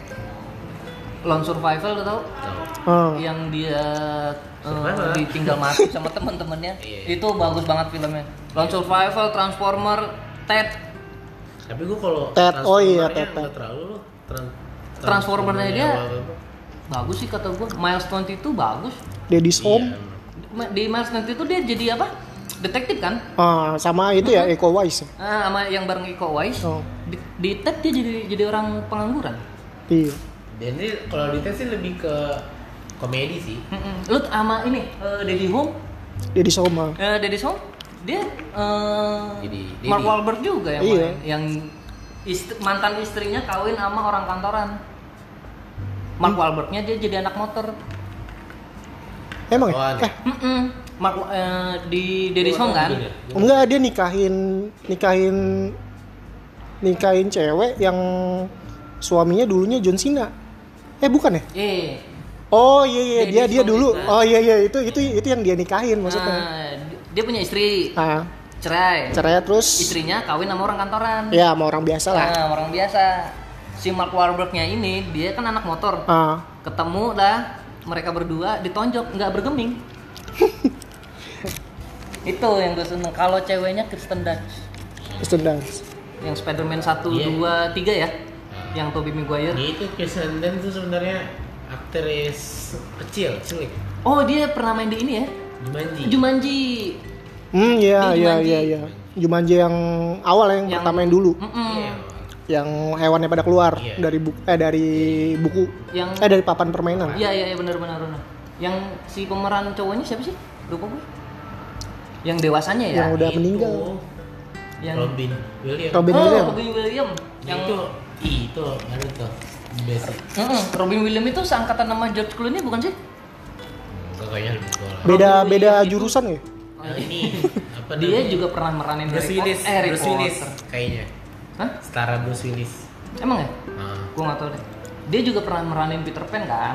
Lone Survival lo tau? Tahu. Oh. Yang dia eh, Survival. ditinggal mati sama teman-temannya. Iya. Itu bagus banget filmnya. Lone Survival, Transformer, Ted. Tapi gua kalau Ted, oh iya, Transformernya Ted, nggak Ted. terlalu loh. Tran- Transformernya dia awal-awal. bagus sih kata gue. Miles dua puluh itu bagus. Daddy's Iya. Home. Ma- Di Miles dua puluh itu dia jadi apa? Detektif kan? Ah, sama itu ya Iko Uwais. Ah, sama yang bareng Iko Uwais. Oh. Di, di Ted dia jadi jadi orang pengangguran. Iya. Dan ini kalau di tes sih lebih ke komedi sih. Mm-mm. Lu sama ini eh, Daddy Home, Daddy's Home. ah. eh, Daddy Home dia eh, Jadi- Mark Daddy. Wahlberg juga yang Iya. main. Yang ist- mantan istrinya kawin sama orang kantoran. Mark Wahlbergnya dia jadi anak motor. Emang Oh, ya? ada. Eh, Mm-mm. Mark eh, di Daddy Home kan? enggak, dia nikahin nikahin nikahin cewek yang suaminya dulunya John Cena. Eh bukan ya? Eh, Oh iya iya Daddy's dia dia Home dulu. itu. Oh iya iya itu itu itu yang dia nikahin maksudnya. ah, dia punya istri, Ah, cerai. cerai terus Istrinya kawin sama orang kantoran. ya sama orang biasa lah. Nah, orang biasa. Si Mark Wahlbergnya ini dia kan anak motor. Ah, Ketemu dah mereka berdua ditonjok nggak bergeming. Itu yang gue seneng. Kalau ceweknya Kristen Dunst Kristen Dunst. yang Spider-Man satu, Iya. dua, tiga ya, yang Tobey Maguire. Dia itu Kirsten Dunst tuh sebenarnya aktris kecil, cilik. Oh dia pernah main di ini ya, Jumanji. Jumanji. Hmm iya Di iya Jumanji. iya iya. Jumanji yang awal ya, yang, Yang- pertama yang dulu. Mm-mm. Iya. Yang hewannya pada keluar Iya. dari buku eh dari buku. Yang Eh dari papan permainan. iya iya iya, benar benar benar. Yang si pemeran cowoknya siapa sih? Lupa gue. Yang dewasanya ya. Yang udah Itu meninggal. Yang Robin Williams. Robin oh, Williams. Robin Williams. Yang Yang itu itu ada tuh basic. Mm-mm. Robin Williams itu seangkatan nama George Clooney bukan sih? Kayaknya lebih tua. lah. Beda Robin beda Williams itu- jurusan ya? Nah, ini apa Dia namanya? juga pernah meranin Bruce Harry Willis. Potter. Eh, Harry Bruce Willis Potter. kayaknya. Hah? Setara Bruce Willis. Emang ya? Nah, Gue nggak tahu deh. Dia juga pernah meranin Peter Pan kan?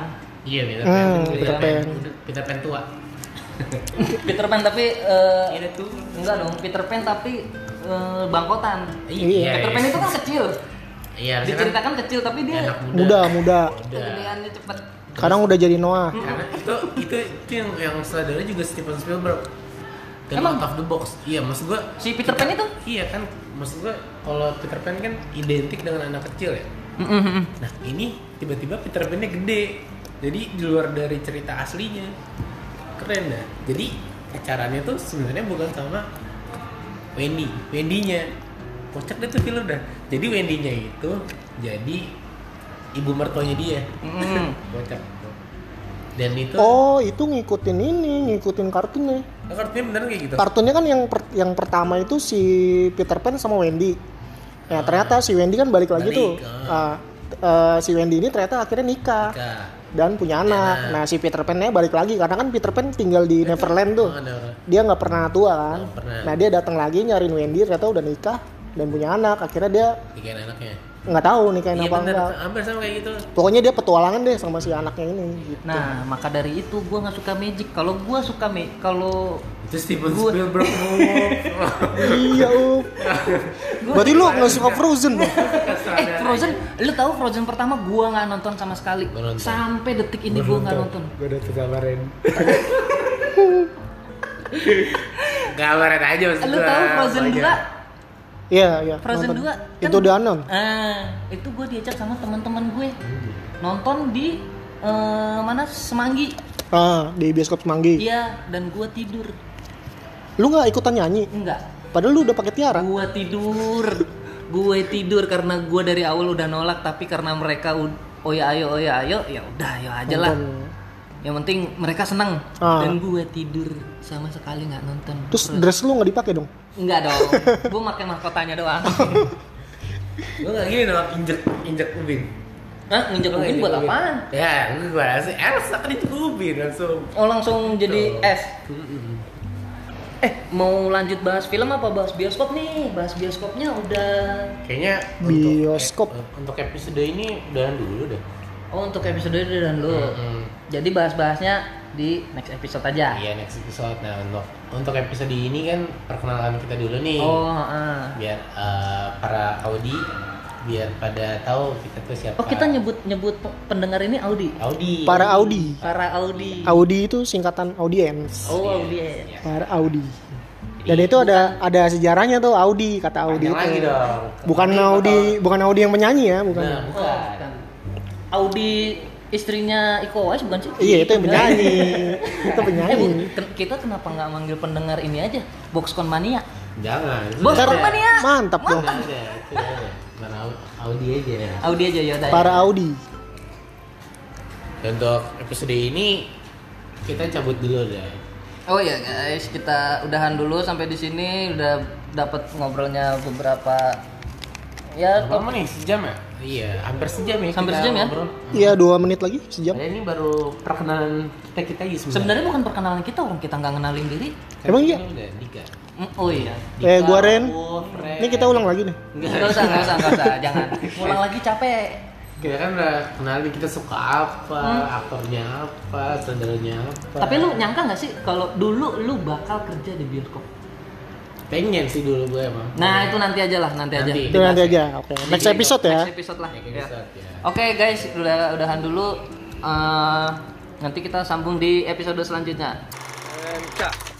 Iya, Peter Hmm, Pan. Peter Pan. Udah, Peter Pan tua. Peter Pan tapi eh, Iya tuh. enggak dong, Peter Pan tapi eh, bangkotan. Iya. Peter Pan itu kan kecil. Iya, harusnya kan Diceritakan kecil tapi dia anak muda. Muda, muda. Muda. kegedeannya cepet. Kadang udah jadi Noah. Karena itu itu itu yang yang saudaranya juga Steven Spielberg. Dan Emang? out of the box. Iya, maksud gua Si Peter Pan itu? Iya kan, maksud gua kalau Peter Pan kan identik dengan anak kecil ya. Mm-mm. Nah, ini tiba-tiba Peter Pan-nya gede. Jadi di luar dari cerita aslinya. Keren dah. Jadi acaranya tuh sebenarnya bukan sama Wendy, Wendy-nya. Kocak deh tuh film dah. Jadi Wendy-nya itu jadi ibu mertuanya dia. Mm. Kocak. Dan itu Oh, itu ngikutin ini, ngikutin kartunnya. nah, kartunya bener kayak gitu. Kartunnya kan yang per- yang pertama itu si Peter Pan sama Wendy. Ya ternyata si Wendy kan balik lagi Balik, tuh. ah. Ah, eh, si Wendy ini ternyata akhirnya nikah Nikah. dan punya anak. Nah si Peter Pan-nya balik lagi karena kan Peter Pan tinggal di Neverland tuh. Oh, ada orang. Dia nggak pernah tua kan. Nggak pernah. Nah dia datang lagi nyariin Wendy, ternyata udah nikah dan punya anak. Akhirnya dia Nikahin anaknya. nggak tahu nikahin Iya apa bener, enggak. hampir sama kayak gitu. Pokoknya dia petualangan deh sama si anaknya ini. Gitu. Nah, maka dari itu gua nggak suka magic. Kalau gua suka me kalau Itu Steven Gua- Spielberg Iya, uh. Berarti lu nggak suka Frozen dong? eh Frozen, lu tahu Frozen pertama gua nggak nonton sama sekali. Gua nonton. Sampai detik ini gua nggak nonton. Gue udah tersabarin. Gambaran aja maksud Lu gua, tahu Frozen apa aja. dua? Iya, iya. Frozen nonton. dua Itu udah anon. Ah, itu gue diajak sama teman-teman gue nonton di eh, mana Semanggi. Ah, di bioskop Semanggi. Iya, dan gue tidur. Lu nggak ikutan nyanyi? Enggak, Padahal lu udah pakai tiara. gue tidur. Gue tidur karena gue dari awal udah nolak, tapi karena mereka ud- oh ya ayo oh ya ayo ya udah ayo aja lah. Nonton. Yang penting mereka senang. Ah. Dan gue tidur sama sekali nggak nonton. Terus dress lu nggak dipakai dong? Enggak dong. Gue pakai mahkotanya doang. Gue gak gini dong, injek injek ubin. Hah, nginjek Lu ubin nggak buat injek ubin? apaan? Ya, gue rasa Elsa kan itu ubin langsung. Oh langsung jadi Tuh. es. Eh mau lanjut bahas film apa bahas bioskop nih? Bahas bioskopnya udah. Kayaknya Bioskop. Untuk, untuk episode ini udahan dulu deh. Oh untuk episode ini dan lu. Mm-mm. Jadi bahas-bahasnya di next episode aja. Iya, next episode. Nah, untuk untuk episode ini kan perkenalan kita dulu nih. Oh, ah. Biar eh, para Audi biar pada tahu kita tuh siapa. Oh kita nyebut nyebut pendengar ini Audi. Audi. Para Audi. Para Audi. Audi itu singkatan audience. Oh Audi. Iya. Para Audi. Dan itu ada ada sejarahnya tuh Audi, kata Audi Panjang lagi itu. dong. Bukan Ini Audi, bakal- bukan Audi yang menyanyi ya, bukan. Nah, Oh, bukan. bukan. Audi istrinya Iko Uwais bukan sih? Iya, itu yang penyanyi. Itu Eh, penyanyi. bu, ken- kita kenapa nggak manggil pendengar ini aja? Boxcon Mania. Jangan. Itu Bos udah ada. Mania. Mantap dong. Udah ada, itu udah ada. Mana Au- Audi aja ya. Audi aja ya udah. Para Audi. Dan untuk episode ini kita cabut dulu deh. Oh ya guys, kita udahan dulu sampai di sini udah dapat ngobrolnya beberapa ya Berapa lama nih? Sejam ya? Iya, hampir sejam ya. Hampir kita sejam ya? ngobrol. Iya, dua menit lagi sejam. Nah, ini baru perkenalan kita kita aja sebenarnya. sebenarnya bukan perkenalan kita, orang kita nggak kenalin diri. Emang iya? Ini udah Dika. Mm, Oh iya. Eh, gua Ren. Oh, Fred. Ini kita ulang lagi nih. Nggak usah, nggak usah, nggak usah, jangan. Ulang lagi capek. Kita kan udah kenalin kita suka apa, Hmm. aktornya apa, saudaranya apa. Tapi lu nyangka nggak sih kalau dulu lu bakal kerja di bioskop? pengen sih dulu gue emang. Nah itu nanti aja lah, nanti, aja. Nanti. Itu nanti aja. Oke. Next episode ya. Next episode lah. Next Ya. episode, ya. Oke guys, udah udahan dulu. Eh, nanti kita sambung di episode selanjutnya. Cak.